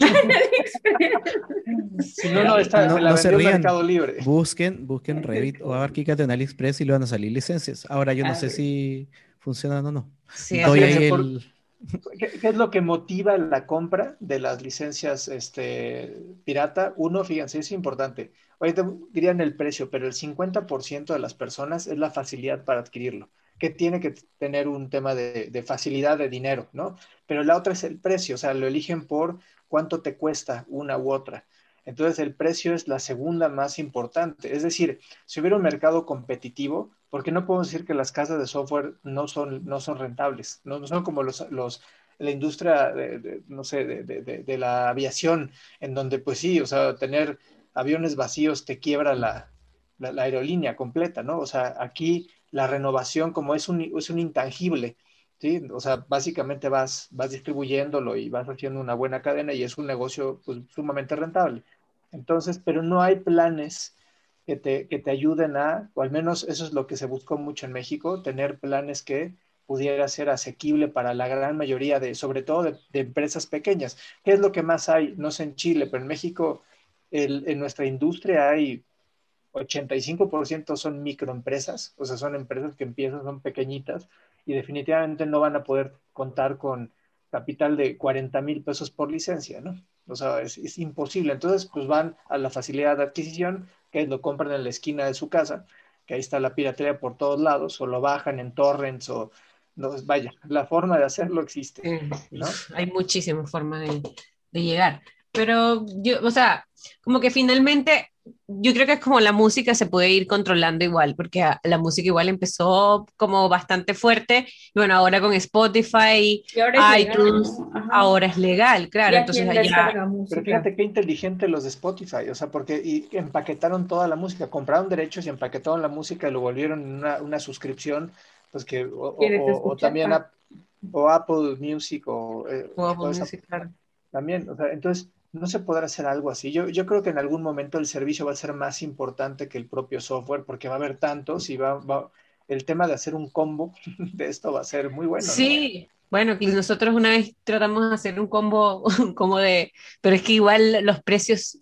Si no, no, está, No, me la no se vendió rían. Mercado Libre. Busquen, busquen Revit o ArchiCAD en AliExpress y le van a salir licencias. Ahora yo no A sé ver. si funcionan o no. Sí, Ah, Doy acá ahí fíjate, no. por, el... ¿qué, qué es lo que motiva la compra de las licencias este, pirata? Uno, fíjense, es importante. Ahorita dirían el precio, pero el cincuenta por ciento de las personas es la facilidad para adquirirlo, que tiene que tener un tema de, de facilidad de dinero, ¿no? Pero la otra es el precio, o sea, lo eligen por cuánto te cuesta una u otra. Entonces, el precio es la segunda más importante. Es decir, si hubiera un mercado competitivo, porque no podemos decir que las casas de software no son, no son rentables, no, no son como los, los, la industria, de, de, no sé, de, de, de, de, la aviación, en donde pues sí, o sea, tener aviones vacíos te quiebra la, la, la aerolínea completa, ¿no? O sea, aquí la renovación como es un, es un intangible, ¿sí? O sea, básicamente vas, vas distribuyéndolo y vas haciendo una buena cadena y es un negocio pues, sumamente rentable. Entonces, pero no hay planes que te, que te ayuden a, o al menos eso es lo que se buscó mucho en México, tener planes que pudiera ser asequible para la gran mayoría de, sobre todo de, de empresas pequeñas. ¿Qué es lo que más hay? No sé en Chile, pero en México, el, en nuestra industria hay ochenta y cinco por ciento son microempresas, o sea, son empresas que empiezan, son pequeñitas y definitivamente no van a poder contar con capital de cuarenta mil pesos por licencia, ¿no? O sea, es, es, imposible. Entonces, pues van a la facilidad de adquisición, que lo compran en la esquina de su casa, que ahí está la piratería por todos lados, o lo bajan en torrents, o no, vaya, la forma de hacerlo existe, Sí, ¿no? hay muchísimas formas de, de llegar. Pero yo, o sea, como que finalmente, yo creo que es como la música se puede ir controlando igual, porque a- la música igual empezó como bastante fuerte, y bueno, ahora con Spotify, Y ahora es legal, iTunes, ¿no? Ajá. ahora es legal, claro, Ya entonces quien allá, descarga Pero música. fíjate qué inteligente los de Spotify, o sea, porque y empaquetaron toda la música, compraron derechos y empaquetaron la música y lo volvieron en una, una suscripción, pues que, o, ¿Quieres o, o escuchar? también Ah, a, o Apple Music o eh, Apple toda esa, Music, claro. también, o sea, entonces no se podrá hacer algo así. Yo, yo creo que en algún momento el servicio va a ser más importante que el propio software, porque va a haber tantos y va, va el tema de hacer un combo de esto va a ser muy bueno, ¿no? Sí, bueno, que nosotros una vez tratamos de hacer un combo como de, pero es que igual los precios,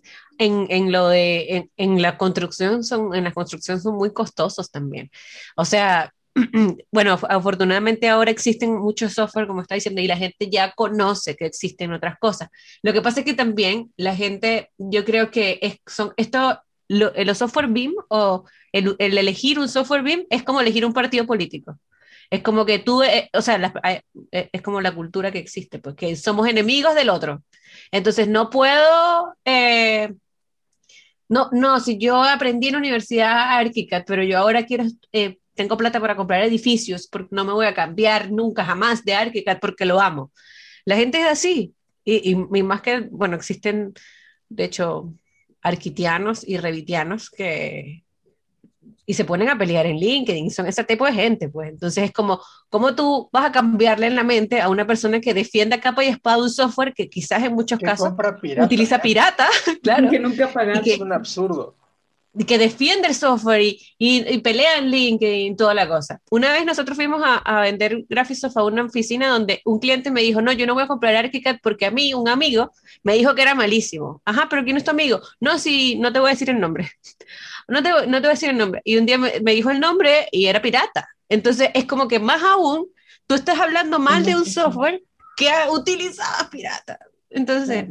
en, en lo de, en, en la construcción son, en la construcción son muy costosos también. O sea, bueno, afortunadamente ahora existen muchos software, como está diciendo, y la gente ya conoce que existen otras cosas. Lo que pasa es que también la gente, yo creo que es, son, esto, lo, los software B I M o el, el elegir un software B I M es como elegir un partido político. Es como que tú, eh, o sea, la, eh, es como la cultura que existe, pues que somos enemigos del otro. Entonces no puedo, eh, no, no, si yo aprendí en la universidad ArchiCAD, pero yo ahora quiero, eh, tengo plata para comprar edificios, porque no me voy a cambiar nunca jamás de ArchiCAD porque lo amo. La gente es así. Y, y, y más que, bueno, existen, de hecho, arquitianos y revitianos que, y se ponen a pelear en LinkedIn, son ese tipo de gente, pues. Entonces es como, ¿cómo tú vas a cambiarle en la mente a una persona que defienda capa y espada un software que quizás en muchos que casos compra pirata, utiliza pirata, claro, que nunca pagaron? y que, es un absurdo. y que defiende el software y, y, y pelea en LinkedIn, toda la cosa. Una vez nosotros fuimos a, a vender Graphisoft a una oficina donde un cliente me dijo, no, yo no voy a comprar ArchiCAD porque a mí un amigo me dijo que era malísimo. Ajá, pero ¿quién es tu amigo? No, sí, no te voy a decir el nombre. No te, no te voy a decir el nombre. Y un día me, me dijo el nombre y era pirata. Entonces es como que más aún, tú estás hablando mal de un software que ha utilizado pirata. Entonces,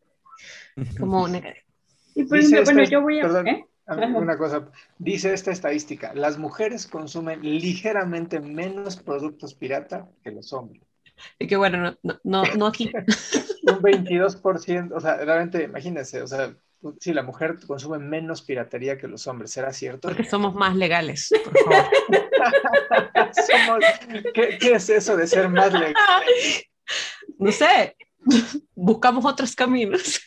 como una cadena. Y por Dice ejemplo, bueno, esta- yo voy a... perdón, ¿eh? una cosa, dice esta estadística, las mujeres consumen ligeramente menos productos pirata que los hombres. Y que bueno, no, no, no, no aquí. Un veintidós por ciento, o sea, realmente imagínense, o sea, si la mujer consume menos piratería que los hombres, ¿será cierto? Porque somos más legales, por favor. Somos, ¿qué, ¿Qué es eso de ser más legales? No sé, buscamos otros caminos.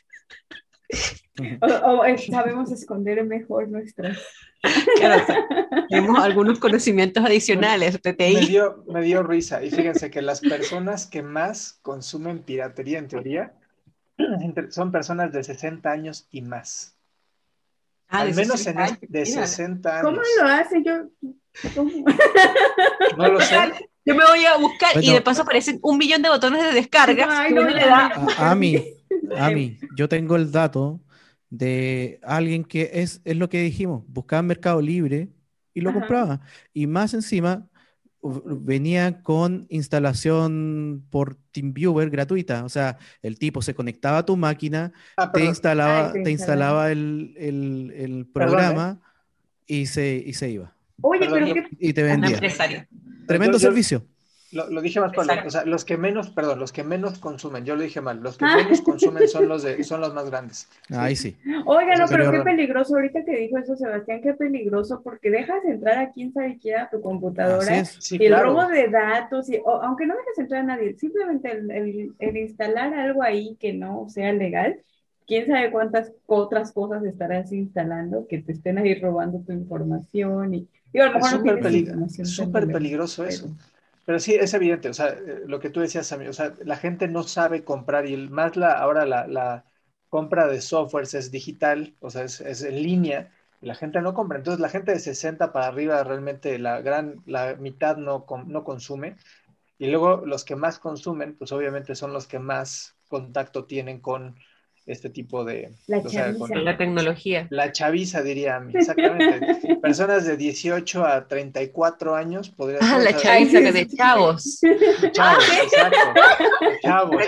O, o, eh, sabemos esconder mejor nuestras... Claro, o sea, tenemos algunos conocimientos adicionales, T T I. Me dio, me dio risa, y fíjense que las personas que más consumen piratería, en teoría, son personas de sesenta años y más. Ah, Al de menos en sesenta este, años, de mira. sesenta años. ¿Cómo lo hace? Yo... ¿cómo? No lo sé. Yo me voy a buscar Bueno. y de paso aparecen un millón de botones de descarga. Ay, que no, uno ya, le da- ya. A, a mí, a mí, yo tengo el dato de alguien que es, es lo que dijimos, buscaba en Mercado Libre y lo Ajá. compraba. Y más encima u- venía con instalación por TeamViewer gratuita. O sea, el tipo se conectaba a tu máquina, Ah, te perdón, instalaba, Ay, te te instalaba instalaba. el, el- el Perdón, programa y, se, y se iba. Oye, Perdón, pero yo- qué... Y te Un vendía. empresario. Tremendo yo- yo- servicio. Lo, lo dije más para Exacto. o sea, los que menos, perdón, los que menos consumen, yo lo dije mal, los que Ah. menos consumen son los de, son los más grandes. Sí. Ahí sí. Oiga, no, Eso pero sí. qué Pero- peligroso. Ahorita que dijo eso, Sebastián, qué peligroso, porque dejas entrar a quien sabe quién a tu Así computadora es. Sí, y el claro. robo de datos, y, o, aunque no dejes entrar a nadie, simplemente el, el- el instalar algo ahí que no sea legal, quién sabe cuántas otras cosas estarás instalando que te estén ahí robando tu información. Y digo, a lo Es mejor no súper tienes peli- información tan súper relevante, peligroso pero- eso. Pero sí, es evidente, o sea, eh, lo que tú decías, Sammy, o sea, la gente no sabe comprar y el- más la, ahora la, la compra de softwares es digital, o sea, es, es en línea, y la gente no compra. Entonces, la gente de sesenta para arriba realmente la gran, la mitad no, com- no consume. Y luego los que más consumen, pues obviamente son los que más contacto tienen con este tipo de, La o sea, con chaviza. La tecnología. la chaviza, diría a mí, exactamente. Personas de dieciocho a treinta y cuatro años podría Ah, ser. la o sea, chaviza Ay, que sí. de chavos. Chavos, exacto. Chavos.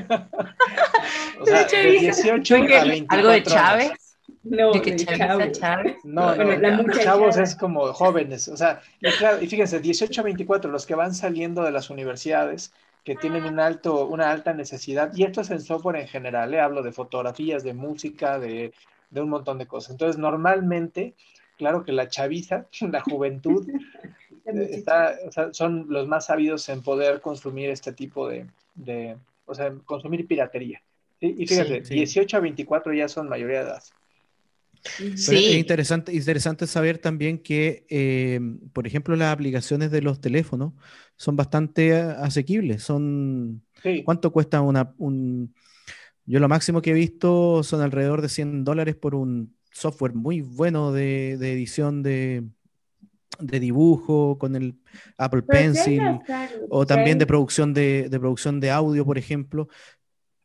O sea, de dieciocho ¿Fue que a veinticuatro algo de años. Chávez? No, ¿De que de chaviza chavos. Chávez? No, no, Bueno, la ya, muchachada. chavos es como jóvenes, o sea, y claro, y fíjense, dieciocho a veinticuatro, los que van saliendo de las universidades, que tienen un alto, una alta necesidad, y esto es en software en general, ¿eh? Hablo de fotografías, de música, de, de un montón de cosas. Entonces, normalmente, claro que la chaviza, la juventud, La eh, muchachada. está, o sea, son los más sabidos en poder consumir este tipo de, de o sea, consumir piratería. ¿Sí? Y fíjate, Sí. dieciocho a veinticuatro ya son mayoría de edad. Pero es Sí. interesante, interesante saber también que, eh, por ejemplo, las aplicaciones de los teléfonos son bastante a- asequibles. Son, Sí. ¿cuánto cuesta una, un... Yo lo máximo que he visto son alrededor de cien dólares por un software muy bueno de, de edición de, de dibujo con el Apple Pero sí hay Pencil más caros, o sí también hay- de producción de, de producción de audio, por ejemplo.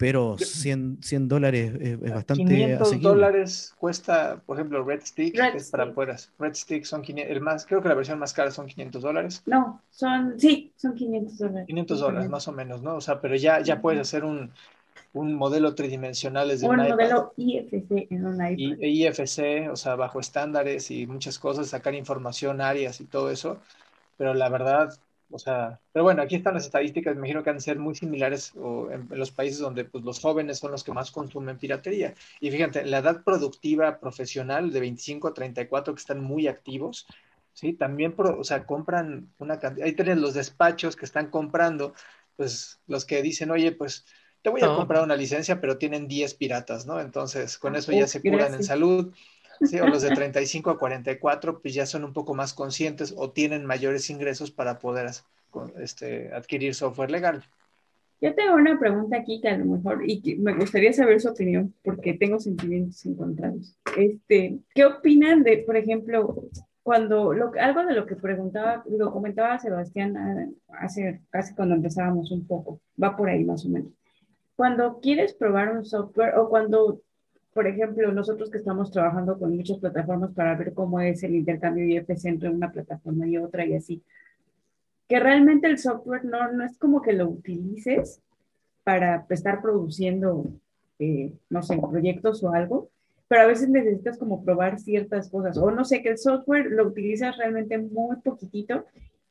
pero cien, cien dólares es, es bastante quinientos asequible. dólares cuesta, por ejemplo, Red Stick, Red que es para Stick. poder hacer. Red Stick son quinientos, el más, creo que la versión más cara son quinientos dólares. No, son, sí, son quinientos dólares. quinientos dólares más o menos, ¿no? O sea, pero ya, ya puedes hacer un, un modelo tridimensional desde Un un iPad. modelo I F C en un iPad. Y I F C, o sea, bajo estándares y muchas cosas, sacar información, áreas y todo eso. Pero la verdad, o sea, pero bueno, aquí están las estadísticas, me imagino que han de ser muy similares o en, en los países donde pues, los jóvenes son los que más consumen piratería. Y fíjate, la edad productiva profesional de veinticinco a treinta y cuatro que están muy activos, ¿sí? También, pro, o sea, compran una cantidad, ahí tienes los despachos que están comprando, pues los que dicen, oye, pues te voy a Oh. comprar una licencia, pero tienen diez piratas, ¿no? Entonces, con eso Oh, ya se curan gracias. en salud. Sí, o los de treinta y cinco a cuarenta y cuatro, pues ya son un poco más conscientes o tienen mayores ingresos para poder este, adquirir software legal. Yo tengo una pregunta aquí que a lo mejor, y que me gustaría saber su opinión, porque tengo sentimientos encontrados. Este, ¿qué opinan de, por ejemplo, cuando, lo, algo de lo que preguntaba, lo comentaba Sebastián ah, hace casi cuando empezábamos un poco, va por ahí más o menos. Cuando quieres probar un software o cuando, por ejemplo, nosotros que estamos trabajando con muchas plataformas para ver cómo es el intercambio I F C entre una plataforma y otra y así, que realmente el software no, no es como que lo utilices para estar produciendo, eh, no sé, proyectos o algo, pero a veces necesitas como probar ciertas cosas, o no sé, que el software lo utilizas realmente muy poquitito.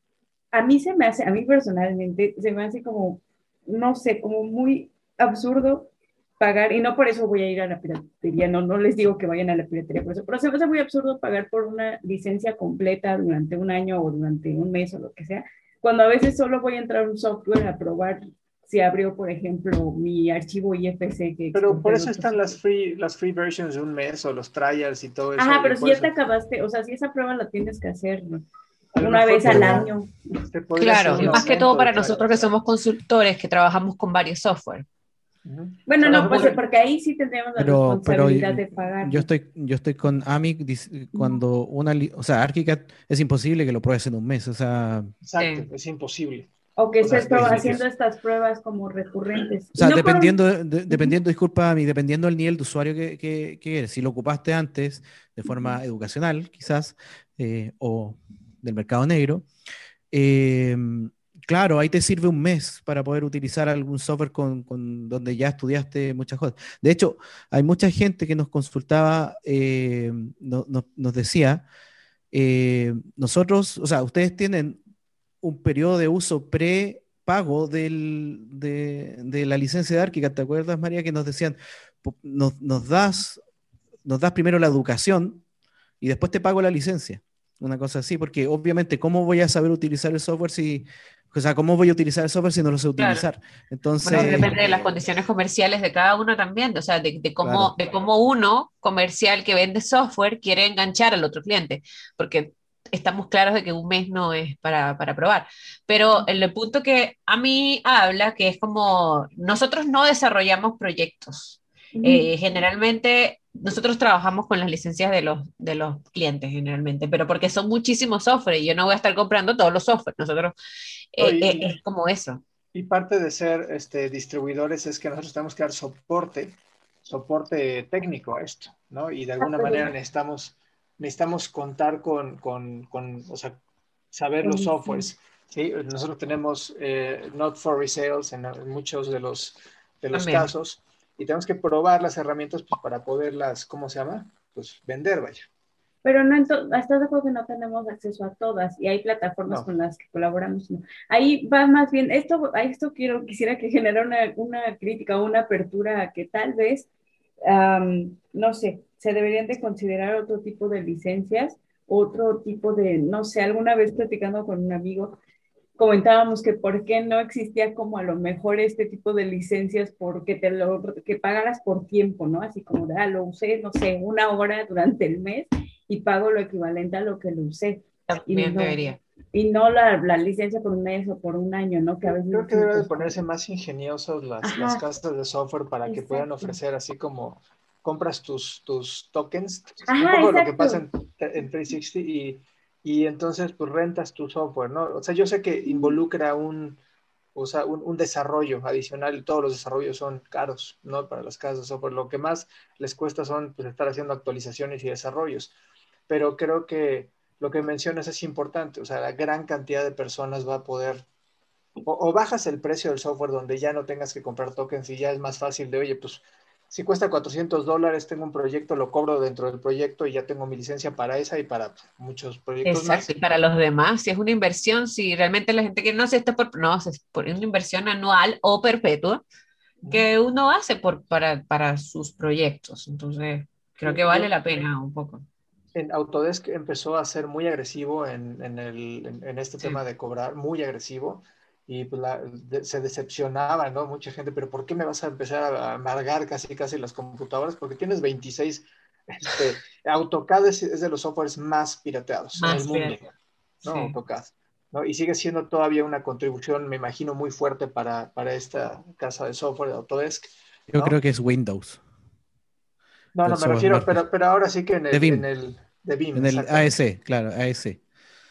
A mí se me hace, a mí personalmente, se me hace como, no sé, como muy absurdo pagar, y no por eso voy a ir a la piratería, no, no les digo que vayan a la piratería por eso, pero se me hace muy absurdo pagar por una licencia completa durante un año o durante un mes o lo que sea, cuando a veces solo voy a entrar a un software a probar si abrió, por ejemplo, mi archivo I F C. Que pero por eso están las free, las free versions de un mes o los trials y todo eso. Ajá, pero si ya eso... te acabaste, o sea, si esa prueba la tienes que hacer una vez al año. Claro, y más que todo para nosotros que somos consultores, que trabajamos con varios software. Uh-huh. Bueno, no, pues porque ahí sí tendríamos la pero, responsabilidad pero, de pagar. Yo estoy, yo estoy con Amic cuando una, o sea, ArchiCAD es imposible que lo pruebes en un mes, o sea. Exacto, sí. Es imposible. O que estés o sea, haciendo estas pruebas como recurrentes. O sea, no dependiendo, un... de, dependiendo, disculpa, Amic, dependiendo del nivel de usuario que, que, que eres, si lo ocupaste antes de forma uh-huh. educacional, quizás, eh, o del mercado negro, eh, claro, ahí te sirve un mes para poder utilizar algún software con, con donde ya estudiaste muchas cosas. De hecho, hay mucha gente que nos consultaba, eh, no, no, nos decía, eh, nosotros, o sea, ustedes tienen un periodo de uso pre-pago del, de, de la licencia de ArchiCAD, ¿te acuerdas, María? Que nos decían, nos, nos, das, nos das primero la educación y después te pago la licencia. Una cosa así, porque obviamente, ¿cómo voy a saber utilizar el software si, o sea, cómo voy a utilizar el software si no lo sé utilizar? Claro. Entonces, bueno, depende de las condiciones comerciales de cada uno también, o sea, de, de, cómo, claro. de cómo uno comercial que vende software quiere enganchar al otro cliente, porque estamos claros de que un mes no es para, para probar. Pero el punto que a mí habla, que es como, nosotros no desarrollamos proyectos. Uh-huh. Eh, generalmente nosotros trabajamos con las licencias de los, de los clientes generalmente, pero porque son muchísimos software y yo no voy a estar comprando todos los software. Nosotros eh, y, eh, es como eso. Y parte de ser este, distribuidores es que nosotros tenemos que dar soporte, soporte técnico a esto, ¿no? Y de alguna ah, manera necesitamos, necesitamos contar con, con, con, o sea, saber los softwares. ¿Sí? Nosotros tenemos eh, not for resales en, en muchos de los, de los casos. Y tenemos que probar las herramientas pues, para poderlas, ¿cómo se llama? Pues vender, vaya. Pero no, ¿estás de acuerdo que no tenemos acceso a todas? Y hay plataformas no. con las que colaboramos. ¿No? Ahí va más bien, esto, a esto quiero, quisiera que genere una, una crítica o una apertura que tal vez, um, no sé, se deberían de considerar otro tipo de licencias, otro tipo de, no sé, alguna vez platicando con un amigo, comentábamos que por qué no existía como a lo mejor este tipo de licencias porque te lo, que pagaras por tiempo, ¿no? Así como, ah, lo usé, no sé, una hora durante el mes y pago lo equivalente a lo que lo usé. También y no, debería. Y no la, la licencia por un mes o por un año, ¿no? Que a veces Creo que debe de ponerse más ingeniosos las, las casas de software para exacto. que puedan ofrecer así como compras tus, tus tokens, Ajá, un poco exacto. lo que pasa en, en trescientos sesenta y Y entonces, pues, rentas tu software, ¿no? O sea, yo sé que involucra un, o sea, un, un desarrollo adicional, y todos los desarrollos son caros, ¿no? Para las casas de software, lo que más les cuesta son pues, estar haciendo actualizaciones y desarrollos, pero creo que lo que mencionas es importante, o sea, la gran cantidad de personas va a poder, o, o bajas el precio del software donde ya no tengas que comprar tokens y ya es más fácil de, oye, pues si cuesta cuatrocientos dólares, tengo un proyecto, lo cobro dentro del proyecto y ya tengo mi licencia para esa y para pues, muchos proyectos Exacto, más. y para los demás, si es una inversión, si realmente la gente que no sé, esto es por, no, es por una inversión anual o perpetua que uno hace por, para, para sus proyectos. Entonces, creo que vale Yo, la pena un poco. en Autodesk empezó a ser muy agresivo en, en, el, en, en este Sí, tema de cobrar, muy agresivo, y pues la, de, se decepcionaba, ¿no? Mucha gente, pero ¿por qué me vas a empezar a amargar casi casi las computadoras? Porque tienes veintiséis, este, AutoCAD es, es de los softwares más pirateados en el más mundo, bien. ¿no? Sí. AutoCAD, ¿no? Y sigue siendo todavía una contribución, me imagino, muy fuerte para, para esta casa de software de Autodesk, Yo creo ¿no? que es Windows, No, el no, me software refiero, más pero, pero ahora sí que en de el, en BIM, el de BIM, en el exactamente. A S, claro, A S.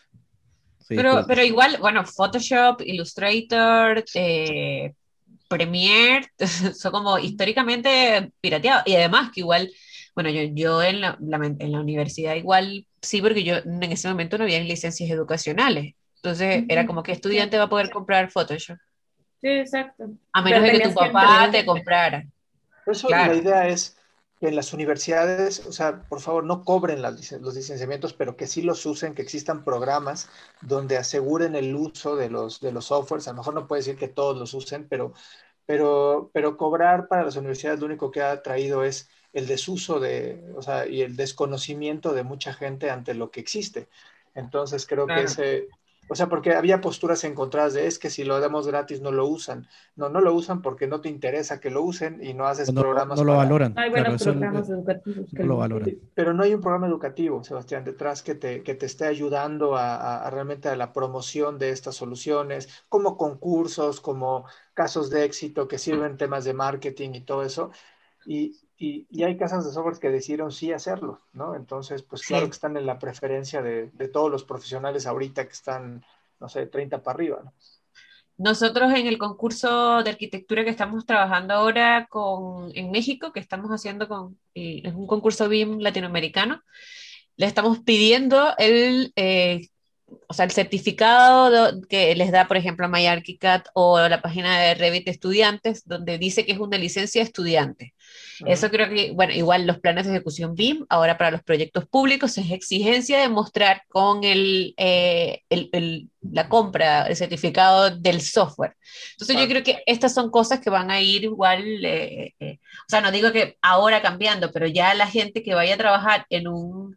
Sí, Pero, disculpa. pero igual, bueno, Photoshop, Illustrator, eh, Premiere, son como históricamente pirateados. Y además que igual, bueno, yo, yo en la, la- en la universidad igual, sí, porque yo en ese momento no había licencias educacionales. Entonces era Ujú, como que sí, estudiante va a poder comprar Photoshop, sí, exacto. a menos Pero de que tu tenías que papá te entender. comprara. Por eso la Claro, idea es que en las universidades, o sea, por favor, no cobren las licen- los licenciamientos, pero que sí los usen, que existan programas donde aseguren el uso de los, de los softwares. A lo mejor no puede decir que todos los usen, pero, pero, pero cobrar para las universidades lo único que ha traído es el desuso de, o sea, y el desconocimiento de mucha gente ante lo que existe. Entonces creo que claro. ese, o sea, porque había posturas encontradas de es que si lo damos gratis no lo usan. No, no lo usan porque no te interesa que lo usen y no haces O no, lo- programas no lo para... No valoran, hay claro, buenos eso es el- programas eh, educativos que no lo lo... valoran. Pero no hay un programa educativo, Sebastián, detrás que te, que te esté ayudando a, a- a realmente a la promoción de estas soluciones, como concursos, como casos de éxito que sirven temas de marketing y todo eso. Y, y, y hay casas de software que decidieron sí hacerlo, ¿no? Entonces, pues claro que Sí. están en la preferencia de, de todos los profesionales ahorita que están, no sé, treinta para arriba, ¿no? Nosotros en el concurso de arquitectura que estamos trabajando ahora con, en México, que estamos haciendo con, y es un concurso BIM latinoamericano, le estamos pidiendo el, eh, o sea, el certificado de- que les da, por ejemplo, MyArchicad o la página de Revit Estudiantes, donde dice que es una licencia de estudiante. Eso Ujú. creo que, bueno, igual los planes de ejecución BIM, ahora para los proyectos públicos es exigencia de mostrar con el, eh, el- el- la compra, el certificado del software. Entonces yo Claro. creo que estas son cosas que van a ir igual, eh, eh, o sea, no digo que ahora cambiando, pero ya la gente que vaya a trabajar en un,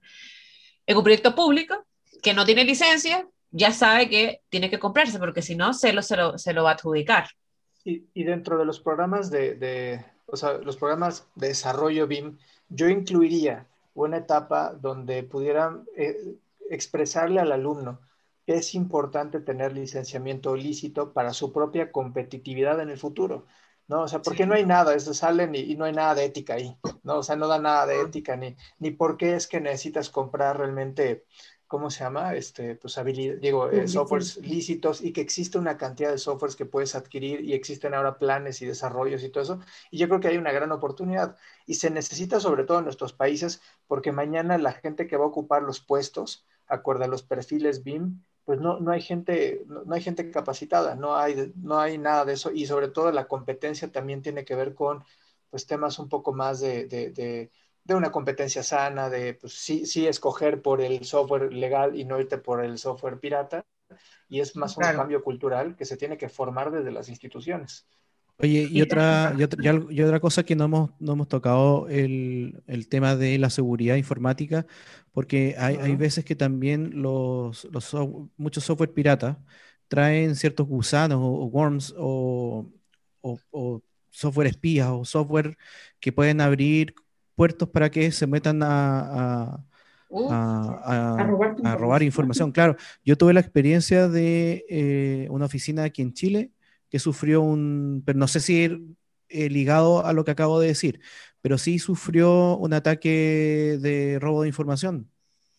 en un proyecto público que no tiene licencia, ya sabe que tiene que comprarse, porque si no, se lo, se lo, se lo va a adjudicar. Y, y dentro de los programas de, de, o sea, los programas de desarrollo BIM, yo incluiría una etapa donde pudieran eh, expresarle al alumno que es importante tener licenciamiento lícito para su propia competitividad en el futuro, ¿no? O sea, porque no hay nada, eso salen y, y no hay nada de ética ahí, ¿no? O sea, no da nada de ética, ni, ni por qué es que necesitas comprar realmente, ¿cómo se llama? Este, pues habilidad, digo, eh, softwares Licencia. lícitos y que existe una cantidad de softwares que puedes adquirir y existen ahora planes y desarrollos y todo eso. Y yo creo que hay una gran oportunidad y se necesita sobre todo en nuestros países porque mañana la gente que va a ocupar los puestos, acorde a los perfiles BIM, pues no, no hay gente, no, no hay gente capacitada, no hay, no hay nada de eso y sobre todo la competencia también tiene que ver con pues temas un poco más de, de, de de una competencia sana, de pues, sí, sí escoger por el software legal y no irte por el software pirata, y es más un Claro. cambio cultural que se tiene que formar desde las instituciones. Oye, y Y otra, y otra, y algo- y otra cosa que no hemos, no hemos tocado el, el tema de la seguridad informática, porque hay, hay Uh-huh. veces que también los, los soft- muchos software piratas traen ciertos gusanos o, o worms o, o- o software espías o software que pueden abrir puertos para que se metan a, a- Uf, A a- robar tu a- a robar información. información. Claro, yo tuve la experiencia de eh, una oficina aquí en Chile que sufrió un, pero no sé si eh, ligado a lo que acabo de decir, pero sí sufrió un ataque de robo de información.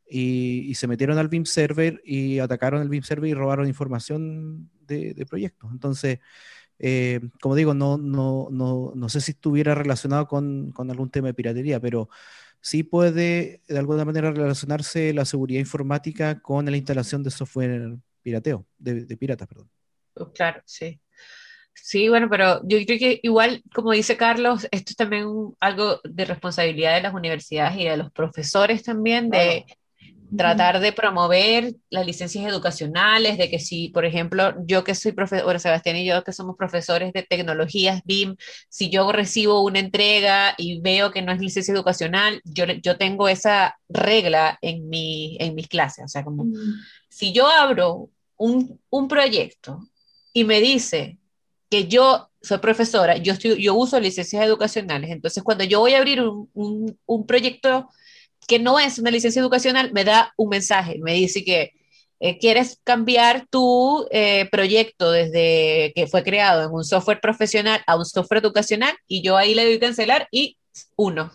y, y se metieron al Veeam Server y atacaron el Veeam Server y robaron información de, de proyectos. Entonces, eh, como digo, no, no, no, no sé si estuviera relacionado con, con algún tema de piratería, pero sí puede de alguna manera relacionarse la seguridad informática con la instalación de software pirateo, de, de piratas, perdón. Pues claro, sí. Sí, bueno, pero yo creo que igual, como dice Carlos, esto es también un- algo de responsabilidad de las universidades y de los profesores también, de Claro. tratar de promover las licencias educacionales, de que si, por ejemplo, yo que soy profesor, bueno, Sebastián y yo que somos profesores de tecnologías BIM, si yo recibo una entrega y veo que no es licencia educacional, yo, le- yo tengo esa regla en mi, en mis clases. O sea, como Mm. si yo abro un, un proyecto y me dice que yo soy profesora, yo, estoy, yo uso licencias educacionales, entonces cuando yo voy a abrir un, un, un proyecto que no es una licencia educacional, me da un mensaje, me dice que eh, quieres cambiar tu eh, proyecto desde que fue creado en un software profesional a un software educacional, y yo ahí le doy cancelar y uno.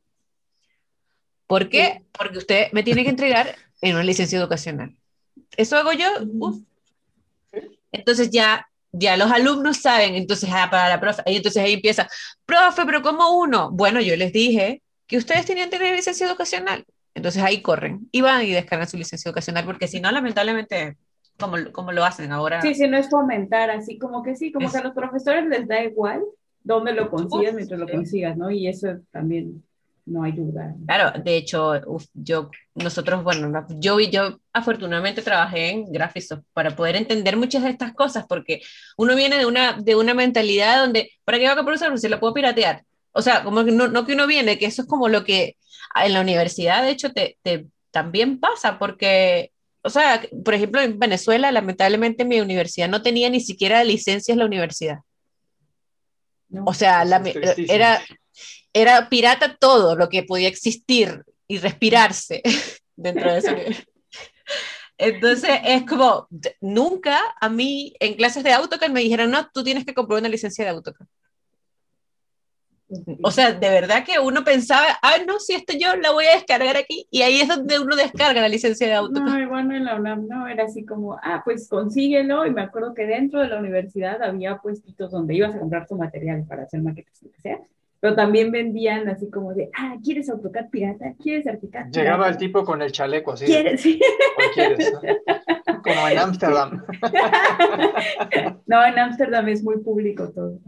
¿Por qué? Sí. Porque usted me tiene que entregar en una licencia educacional. Eso hago yo. Uf. Entonces ya, ya los alumnos saben, entonces ah, para la profe, y entonces ahí empieza, profe, pero ¿cómo uno? Bueno, yo les dije que ustedes tenían que tener licencia educacional. Entonces ahí corren y van y descargan su licencia educacional, porque si no, lamentablemente, como, como lo hacen Sí, ahora, sí, no es fomentar así, como que sí, como que a es, los profesores les da igual dónde lo uf, consigas mientras lo sí. consigas, ¿no? Y eso también no ayuda. Claro, de hecho, uf, yo, nosotros, bueno, no, yo, yo afortunadamente trabajé en Graphisoft para poder entender muchas de estas cosas, porque uno viene de una, de una mentalidad donde, ¿para qué va a comprar un celular si lo puedo piratear? O sea, como que no, no que uno viene, que eso es como lo que en la universidad, de hecho, te, te también pasa, porque, o sea, por ejemplo, en Venezuela, lamentablemente mi universidad no tenía ni siquiera licencias la universidad. O No, sea, la, Eso es tristísimo. era, era pirata todo lo que podía existir y respirarse dentro de esa universidad. Entonces es como, nunca a mí en clases de AutoCAD me dijeron, no, tú tienes que comprar una licencia de AutoCAD. O sea, de verdad que uno pensaba, ah, no, si esto yo la voy a descargar aquí, y ahí es donde uno descarga la licencia de AutoCAD. no, igual en la UNAM no, era así como, ah, pues consíguelo, y me acuerdo que dentro de la universidad había puestitos donde ibas a comprar tu material para hacer maquetas, lo que sea, pero también vendían así como de, ah, ¿quieres AutoCAD pirata? ¿Quieres ArchiCAD Llegaba el pirata? tipo con el chaleco así de, ¿Quieres? Sí. ¿cuál quieres? ¿No? Como en Ámsterdam. No, en Ámsterdam es muy público todo.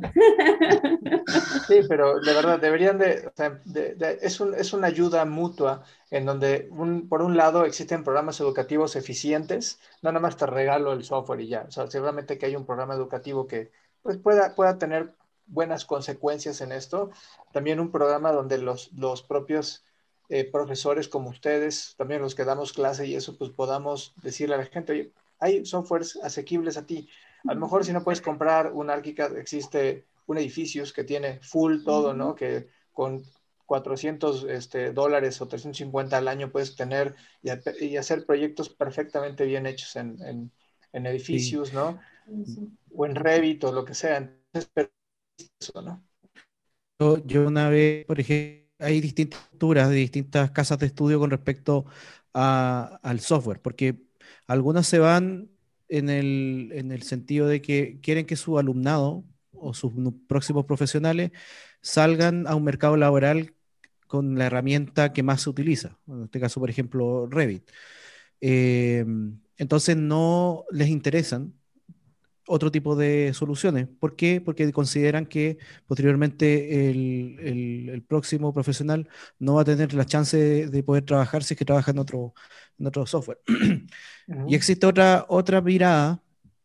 Sí, pero de verdad deberían de, o sea, de- de- es un, es una ayuda mutua en donde un- por un lado existen programas educativos eficientes, no nada más te regalo el software y ya, o sea, seguramente que hay un programa educativo que pues pueda, pueda tener buenas consecuencias en esto, también un programa donde los, los propios eh, profesores como ustedes, también los que damos clase y eso, pues podamos decirle a la gente, oye, hay softwares asequibles a ti, a lo mejor si no puedes comprar un ArchiCAD, existe un edificios que tiene full todo, ¿no? Que con cuatrocientos este, dólares o trescientos cincuenta al año puedes tener y, y hacer proyectos perfectamente bien hechos en, en, en Sí. edificios, ¿no? Sí. O en Revit o lo que sea. Entonces, pero eso, ¿no? Yo, yo una vez, por ejemplo, hay distintas estructuras de distintas casas de estudio con respecto a- al software, porque algunas se van en el, en el sentido de que quieren que su alumnado o sus nu- próximos profesionales salgan a un mercado laboral con la herramienta que más se utiliza, en este caso, por ejemplo, Revit. Eh, entonces no les interesan otro tipo de soluciones. ¿Por qué? Porque consideran que posteriormente el, el- el próximo profesional no va a tener la chance de, de poder trabajar si es que trabaja en otro, en otro software. Y Uh-huh. existe otra, otra mirada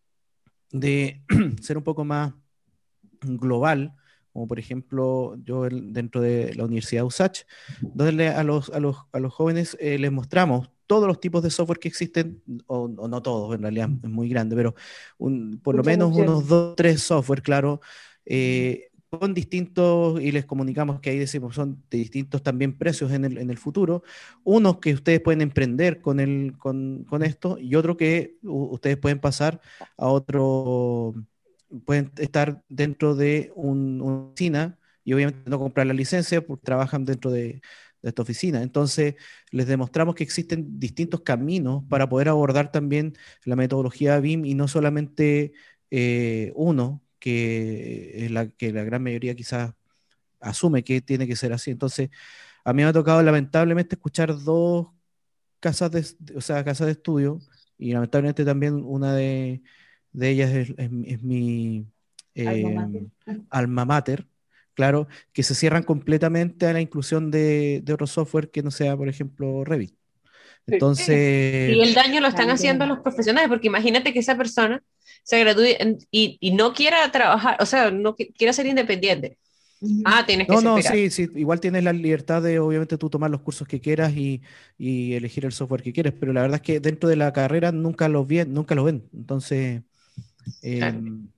de ser un poco más global, como por ejemplo yo el- dentro de la Universidad de USACH, donde le- a los, a los, a los jóvenes eh, les mostramos todos los tipos de software que existen, o, o no todos, en realidad es muy grande, pero un- por lo Muchas menos unos opciones. dos, tres software, claro, eh, con distintos, y les comunicamos que ahí decimos son de distintos también precios en el, en el futuro, unos que ustedes pueden emprender con, el, con, con esto, y otro que u- ustedes pueden pasar a otro, pueden estar dentro de un- una oficina y obviamente no comprar la licencia porque trabajan dentro de, de esta oficina. Entonces, les demostramos que existen distintos caminos para poder abordar también la metodología B I M y no solamente eh, uno, que es la que la gran mayoría quizás asume que tiene que ser así. Entonces, a mí me ha tocado lamentablemente escuchar dos casas de, o sea, casas de estudio, y lamentablemente también una de, de ellas es, es, es mi eh, Alma mater. alma mater, claro, que se cierran completamente a la inclusión de, de otro software que no sea, por ejemplo, Revit. Entonces... Y el daño lo están También. haciendo los profesionales, porque imagínate que esa persona se gradúe en- y, y no quiera trabajar, o sea, no qui- quiera ser independiente. Ah, tienes que No, ser no, pirata. sí, sí, igual tienes la libertad de obviamente tú tomar los cursos que quieras y, y elegir el software que quieres, pero la verdad es que dentro de la carrera nunca los ven, nunca lo ven. Entonces, eh, Claro.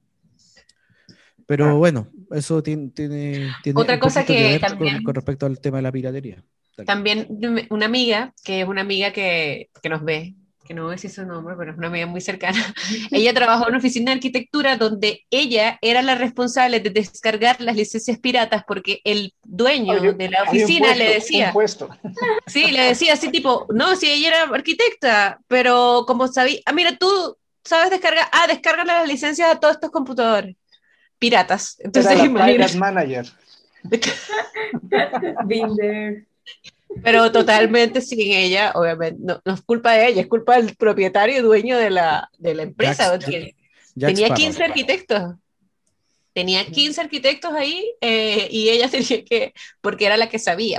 pero bueno, eso tiene, tiene, tiene Otra un cosa poquito que que ver también, con, con respecto al tema de la piratería. Dale. también me- una amiga, que es una amiga que, que nos ve, que no voy a decir su nombre, pero es una amiga muy cercana, ella trabajó en una oficina de arquitectura donde ella era la responsable de descargar las licencias piratas porque el dueño Había, de la había un oficina puesto, le un decía, puesto. sí, le decía así tipo, no, si ella era arquitecta, pero como sabía, ah, mira, tú sabes descargar, ah, descarga las licencias a todos estos computadores piratas. Era Entonces, la imagínate. Pirate Manager. Been there. Pero totalmente sin ella, obviamente, no, no es culpa de ella, es culpa del propietario y dueño de la, de la empresa, Jack, porque Jack tenía Sparrow. quince arquitectos, tenía quince arquitectos ahí eh, y ella tenía que, porque era la que sabía.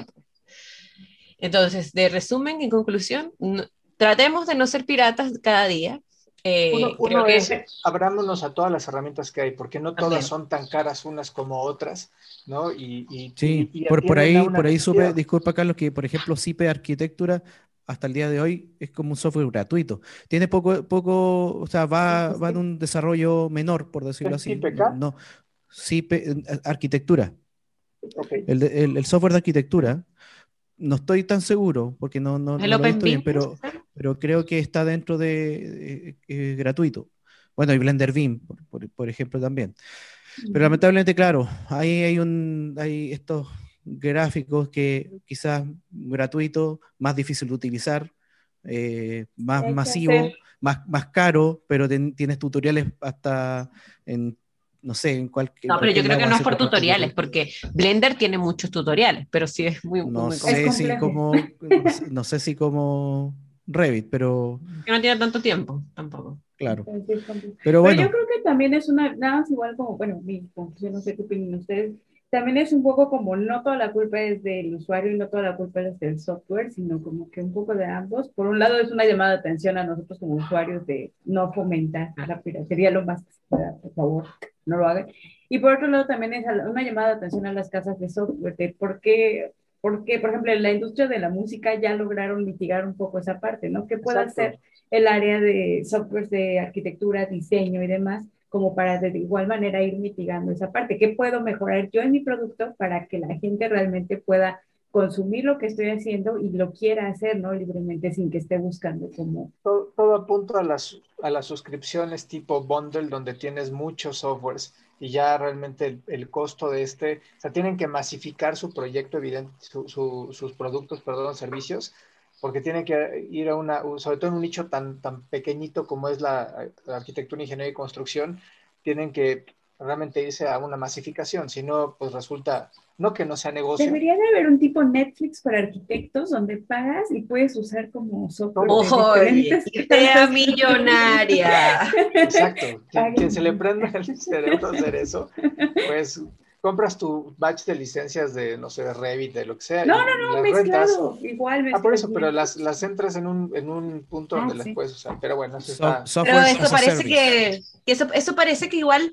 Entonces, de resumen, en conclusión, no- tratemos de no ser piratas cada día. Eh, Uno, creo uno que es, abrámonos a todas las herramientas que hay, porque no también. todas son tan caras unas como otras, ¿no? Y, y, Sí, y, y por, por atienden a ahí, una por ahí supe, necesidad. disculpa Carlos, que por ejemplo Cipe Arquitectura hasta el día de hoy es como un software gratuito. Tiene poco, poco, o sea, va, va en un desarrollo menor, por decirlo ¿Es así. I P No, K? no. Cipe, eh, Arquitectura. Ok. El, de- el- el software de arquitectura, no estoy tan seguro, porque no, no, El no lo he Open visto bien, BIM, pero, pero creo que está dentro de eh, eh, gratuito. Bueno, y Blender BIM, por, por- por ejemplo, también. Pero lamentablemente, claro, ahí hay un, hay estos gráficos que quizás gratuitos, más difícil de utilizar, eh, más Hay que masivo, hacer. más, más caro, pero ten- tienes tutoriales hasta en, no sé, en, cual- en no, pero yo cualquier creo lado que vas a no es por encontrar tutoriales, tutoriales. porque Blender tiene muchos tutoriales, pero sí es muy, No muy Es sé complejo. si complejo. como, no sé, no sé si como Revit, pero Que no tiene tanto tiempo tampoco. claro. Sí, es complejo. Pero Pero yo bueno, creo que también es una, nada más igual como, bueno, mi conclusión, no sé qué opinan ustedes, también es un poco como no toda la culpa es del usuario y no toda la culpa es del software, sino como que un poco de ambos. Por un lado es una llamada de atención a nosotros como usuarios de no fomentar la piratería lo más que se pueda, por favor, no lo hagan. Y por otro lado también es una llamada de atención a las casas de software, de por qué, porque, por ejemplo, en la industria de la música ya lograron mitigar un poco esa parte, ¿no? ¿Qué puede Exacto. hacer el área de software de arquitectura, diseño y demás, como para de igual manera ir mitigando esa parte? ¿Qué puedo mejorar yo en mi producto para que la gente realmente pueda consumir lo que estoy haciendo y lo quiera hacer, ¿no? Libremente, sin que esté buscando como... Todo, todo apunta a las, a las suscripciones tipo bundle, donde tienes muchos softwares y ya realmente el, el costo de este, o sea, tienen que masificar su proyecto, evidente, su, su, sus productos, perdón, servicios, porque tienen que ir a una, sobre todo en un nicho tan, tan pequeñito como es la, la arquitectura, ingeniería y construcción, tienen que realmente irse a una masificación, si no, pues resulta, no que no sea negocio. Debería de haber un tipo Netflix para arquitectos donde pagas y puedes usar como software de ¡Oye! diferentes ¡Idea casas. millonaria! Exacto. Quien, Paguen. quien se le prenda el cerebro hacer eso, pues compras tu batch de licencias de, no sé, de Revit, de lo que sea, No, y, no, y no, las rentas. mezclado. Igual Ah, mezclado. por eso, pero las, las entras en un, en un punto Ah, donde las sí. puedes usar. Pero bueno, eso so- está. Pero software eso as a parece service. que, que eso, eso parece que igual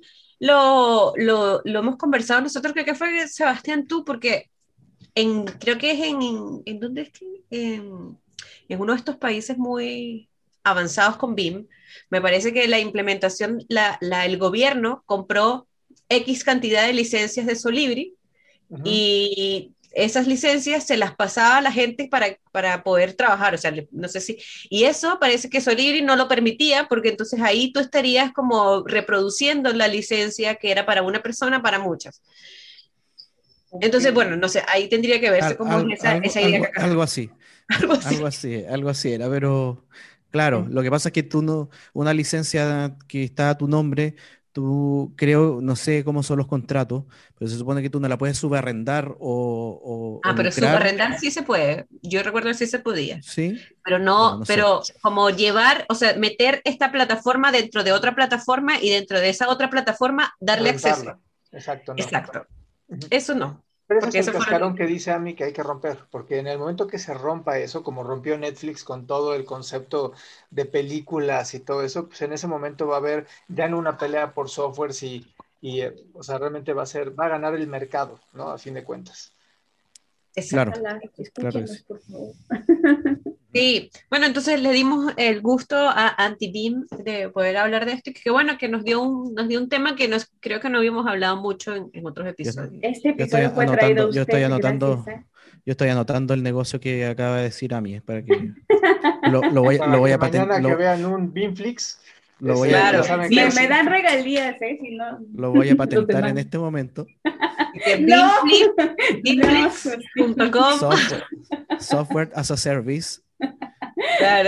lo, lo, lo hemos conversado nosotros, creo que fue Sebastián tú, porque en, creo que es en, ¿en dónde es que? En, en uno de estos países muy avanzados con BIM, me parece que la implementación, la, la, el gobierno compró X cantidad de licencias de Solibri Ujú. y esas licencias se las pasaba a la gente para, para poder trabajar, o sea, no sé si, y eso parece que Solibri no lo permitía, porque entonces ahí tú estarías como reproduciendo la licencia que era para una persona, para muchas. Entonces, bueno, no sé, ahí tendría que verse Al- cómo al- es esa, algo, esa idea algo- que acá- algo así, algo así. algo así, algo así era, pero claro, lo que pasa es que tú no, una licencia que está a tu nombre, tú creo, no sé cómo son los contratos, pero se supone que tú no la puedes subarrendar o, o, Ah, o pero lucrar, subarrendar sí se puede. Yo recuerdo que sí se podía. ¿sí? Pero Bueno, no, no sé. pero como llevar, o sea, meter esta plataforma dentro de otra plataforma y dentro de esa otra plataforma darle Rentarla. acceso. Exacto, no. Exacto. Ujú. Eso no. Pero ese Porque es el eso fue cascarón lo- que dice Ami que hay que romper, porque en el momento que se rompa eso, como rompió Netflix con todo el concepto de películas y todo eso, pues en ese momento va a haber ya no una pelea por softwares y, y eh, o sea, realmente va a ser, va a ganar el mercado, ¿no? A fin de cuentas. Exacto. Claro, Ojalá, claro que escúchenos, sí. por favor. Sí, bueno, entonces le dimos el gusto a Anti-Beam de poder hablar de esto y que bueno que nos dio un, nos dio un tema que nos, creo que no habíamos hablado mucho en, en otros episodios. Este Yo estoy episodio fue traído a anotando, yo estoy usted anotando, gracias a... yo estoy anotando el negocio que acaba de decir Ami, para que lo, lo voy, Para lo voy que a patentar, mañana que lo, vean un Beamflix, lo voy ese, a, Claro, ya saben sí, que Me, es- me dan regalías, ¿eh? Si no... lo voy a los patentar demás. en este momento. Que No. beamflix punto com. Software, software as a service. Claro.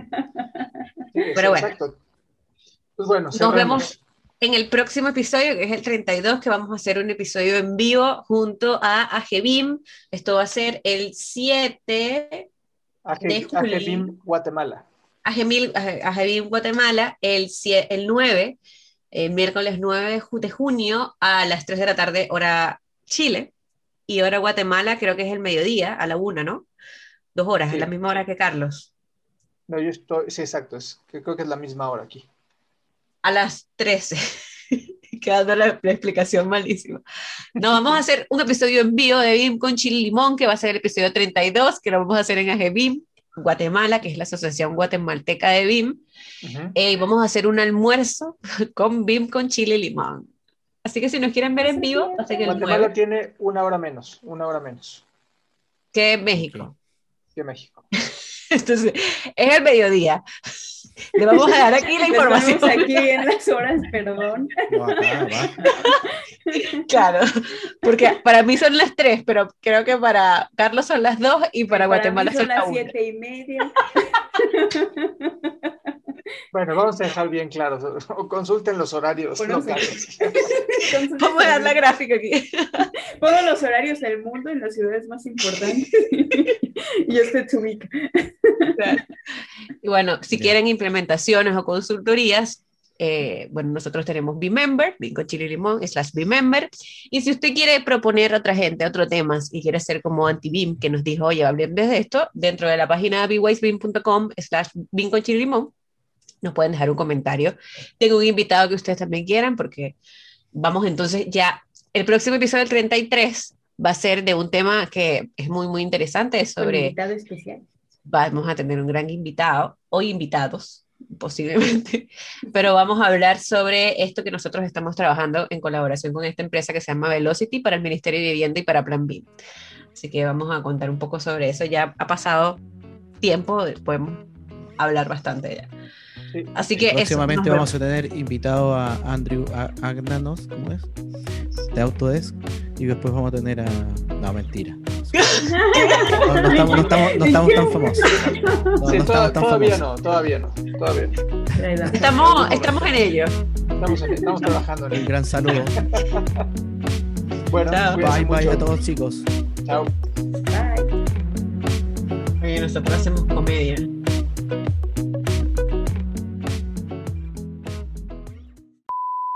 sí, Pero bueno. exacto. Pues bueno, Nos cerremos. vemos en el próximo episodio, que es el treinta y dos, que vamos a hacer un episodio en vivo junto a AGBIM. Esto va a ser el siete Aje- de julio. Ajebim, Guatemala. AGBIM, AGBIM Guatemala, el, sie- el nueve, el miércoles nueve de, ju- de junio a las tres de la tarde, hora Chile, y hora Guatemala, creo que es el mediodía, a la una, ¿no? Dos horas, Sí. es la misma hora que Carlos. No, yo estoy, sí, exacto, es, que creo que es la misma hora aquí. A las trece. Quedando la, la explicación malísima. No, vamos a hacer un episodio en vivo de BIM con Chile y Limón, que va a ser el episodio treinta y dos, que lo vamos a hacer en AGBIM, Guatemala, que es la Asociación Guatemalteca de BIM. Ujú. Eh, y vamos a hacer un almuerzo con BIM con Chile y Limón. Así que si nos quieren ver en vivo, va a ser el Guatemala nueve, tiene una hora menos, una hora menos que es México. que México. Entonces, es el mediodía. Le vamos a dar aquí la información. Estamos aquí en las horas, perdón. No, acá, va. Claro, porque para mí son las tres, pero creo que para Carlos son las dos y para, Guatemala mí son son las las una. siete y media. Bueno, vamos a dejar bien claro, o consulten los horarios Bueno, locales. Entonces, Vamos a dar la gráfica aquí. Pongo los horarios del mundo en las ciudades más importantes y usted se ubica. Y bueno, si Bien. quieren implementaciones o consultorías, eh, bueno, nosotros tenemos BeMember, BIM con Chile y Limón, slash BeMember. Y si usted quiere proponer a otra gente otros temas y quiere ser como AntiBIM, que nos dijo, oye, hablen de esto, dentro de la página bwisebim punto com slash BIM con Chile y Limón, nos pueden dejar un comentario. Tengo un invitado que ustedes también quieran, porque vamos entonces ya, el próximo episodio, el treinta y tres, va a ser de un tema que es muy, muy interesante, es Con sobre... invitado especial. Vamos a tener un gran invitado, o invitados, posiblemente, pero vamos a hablar sobre esto que nosotros estamos trabajando en colaboración con esta empresa que se llama Velocity para el Ministerio de Vivienda y para Plan BIM. Así que vamos a contar un poco sobre eso. Ya ha pasado tiempo, podemos hablar bastante ya. Sí. Así que eso, Próximamente nos vamos a tener invitado a Andrew A- Agnanos, ¿cómo es? De Autodesk. Y después vamos a tener a... No, mentira. No, no estamos, no estamos, no estamos tan famosos. No, Sí, no toda- estamos tan todavía famosos. no, todavía no, todavía no. Ahí va. Estamos, estamos en ello. Estamos, en- estamos trabajando en Un ello. gran saludo. Bueno, Chao. cuídense Bye bye mucho. a todos, chicos. Chao. Bye. Oye, nosotros hacemos comedia.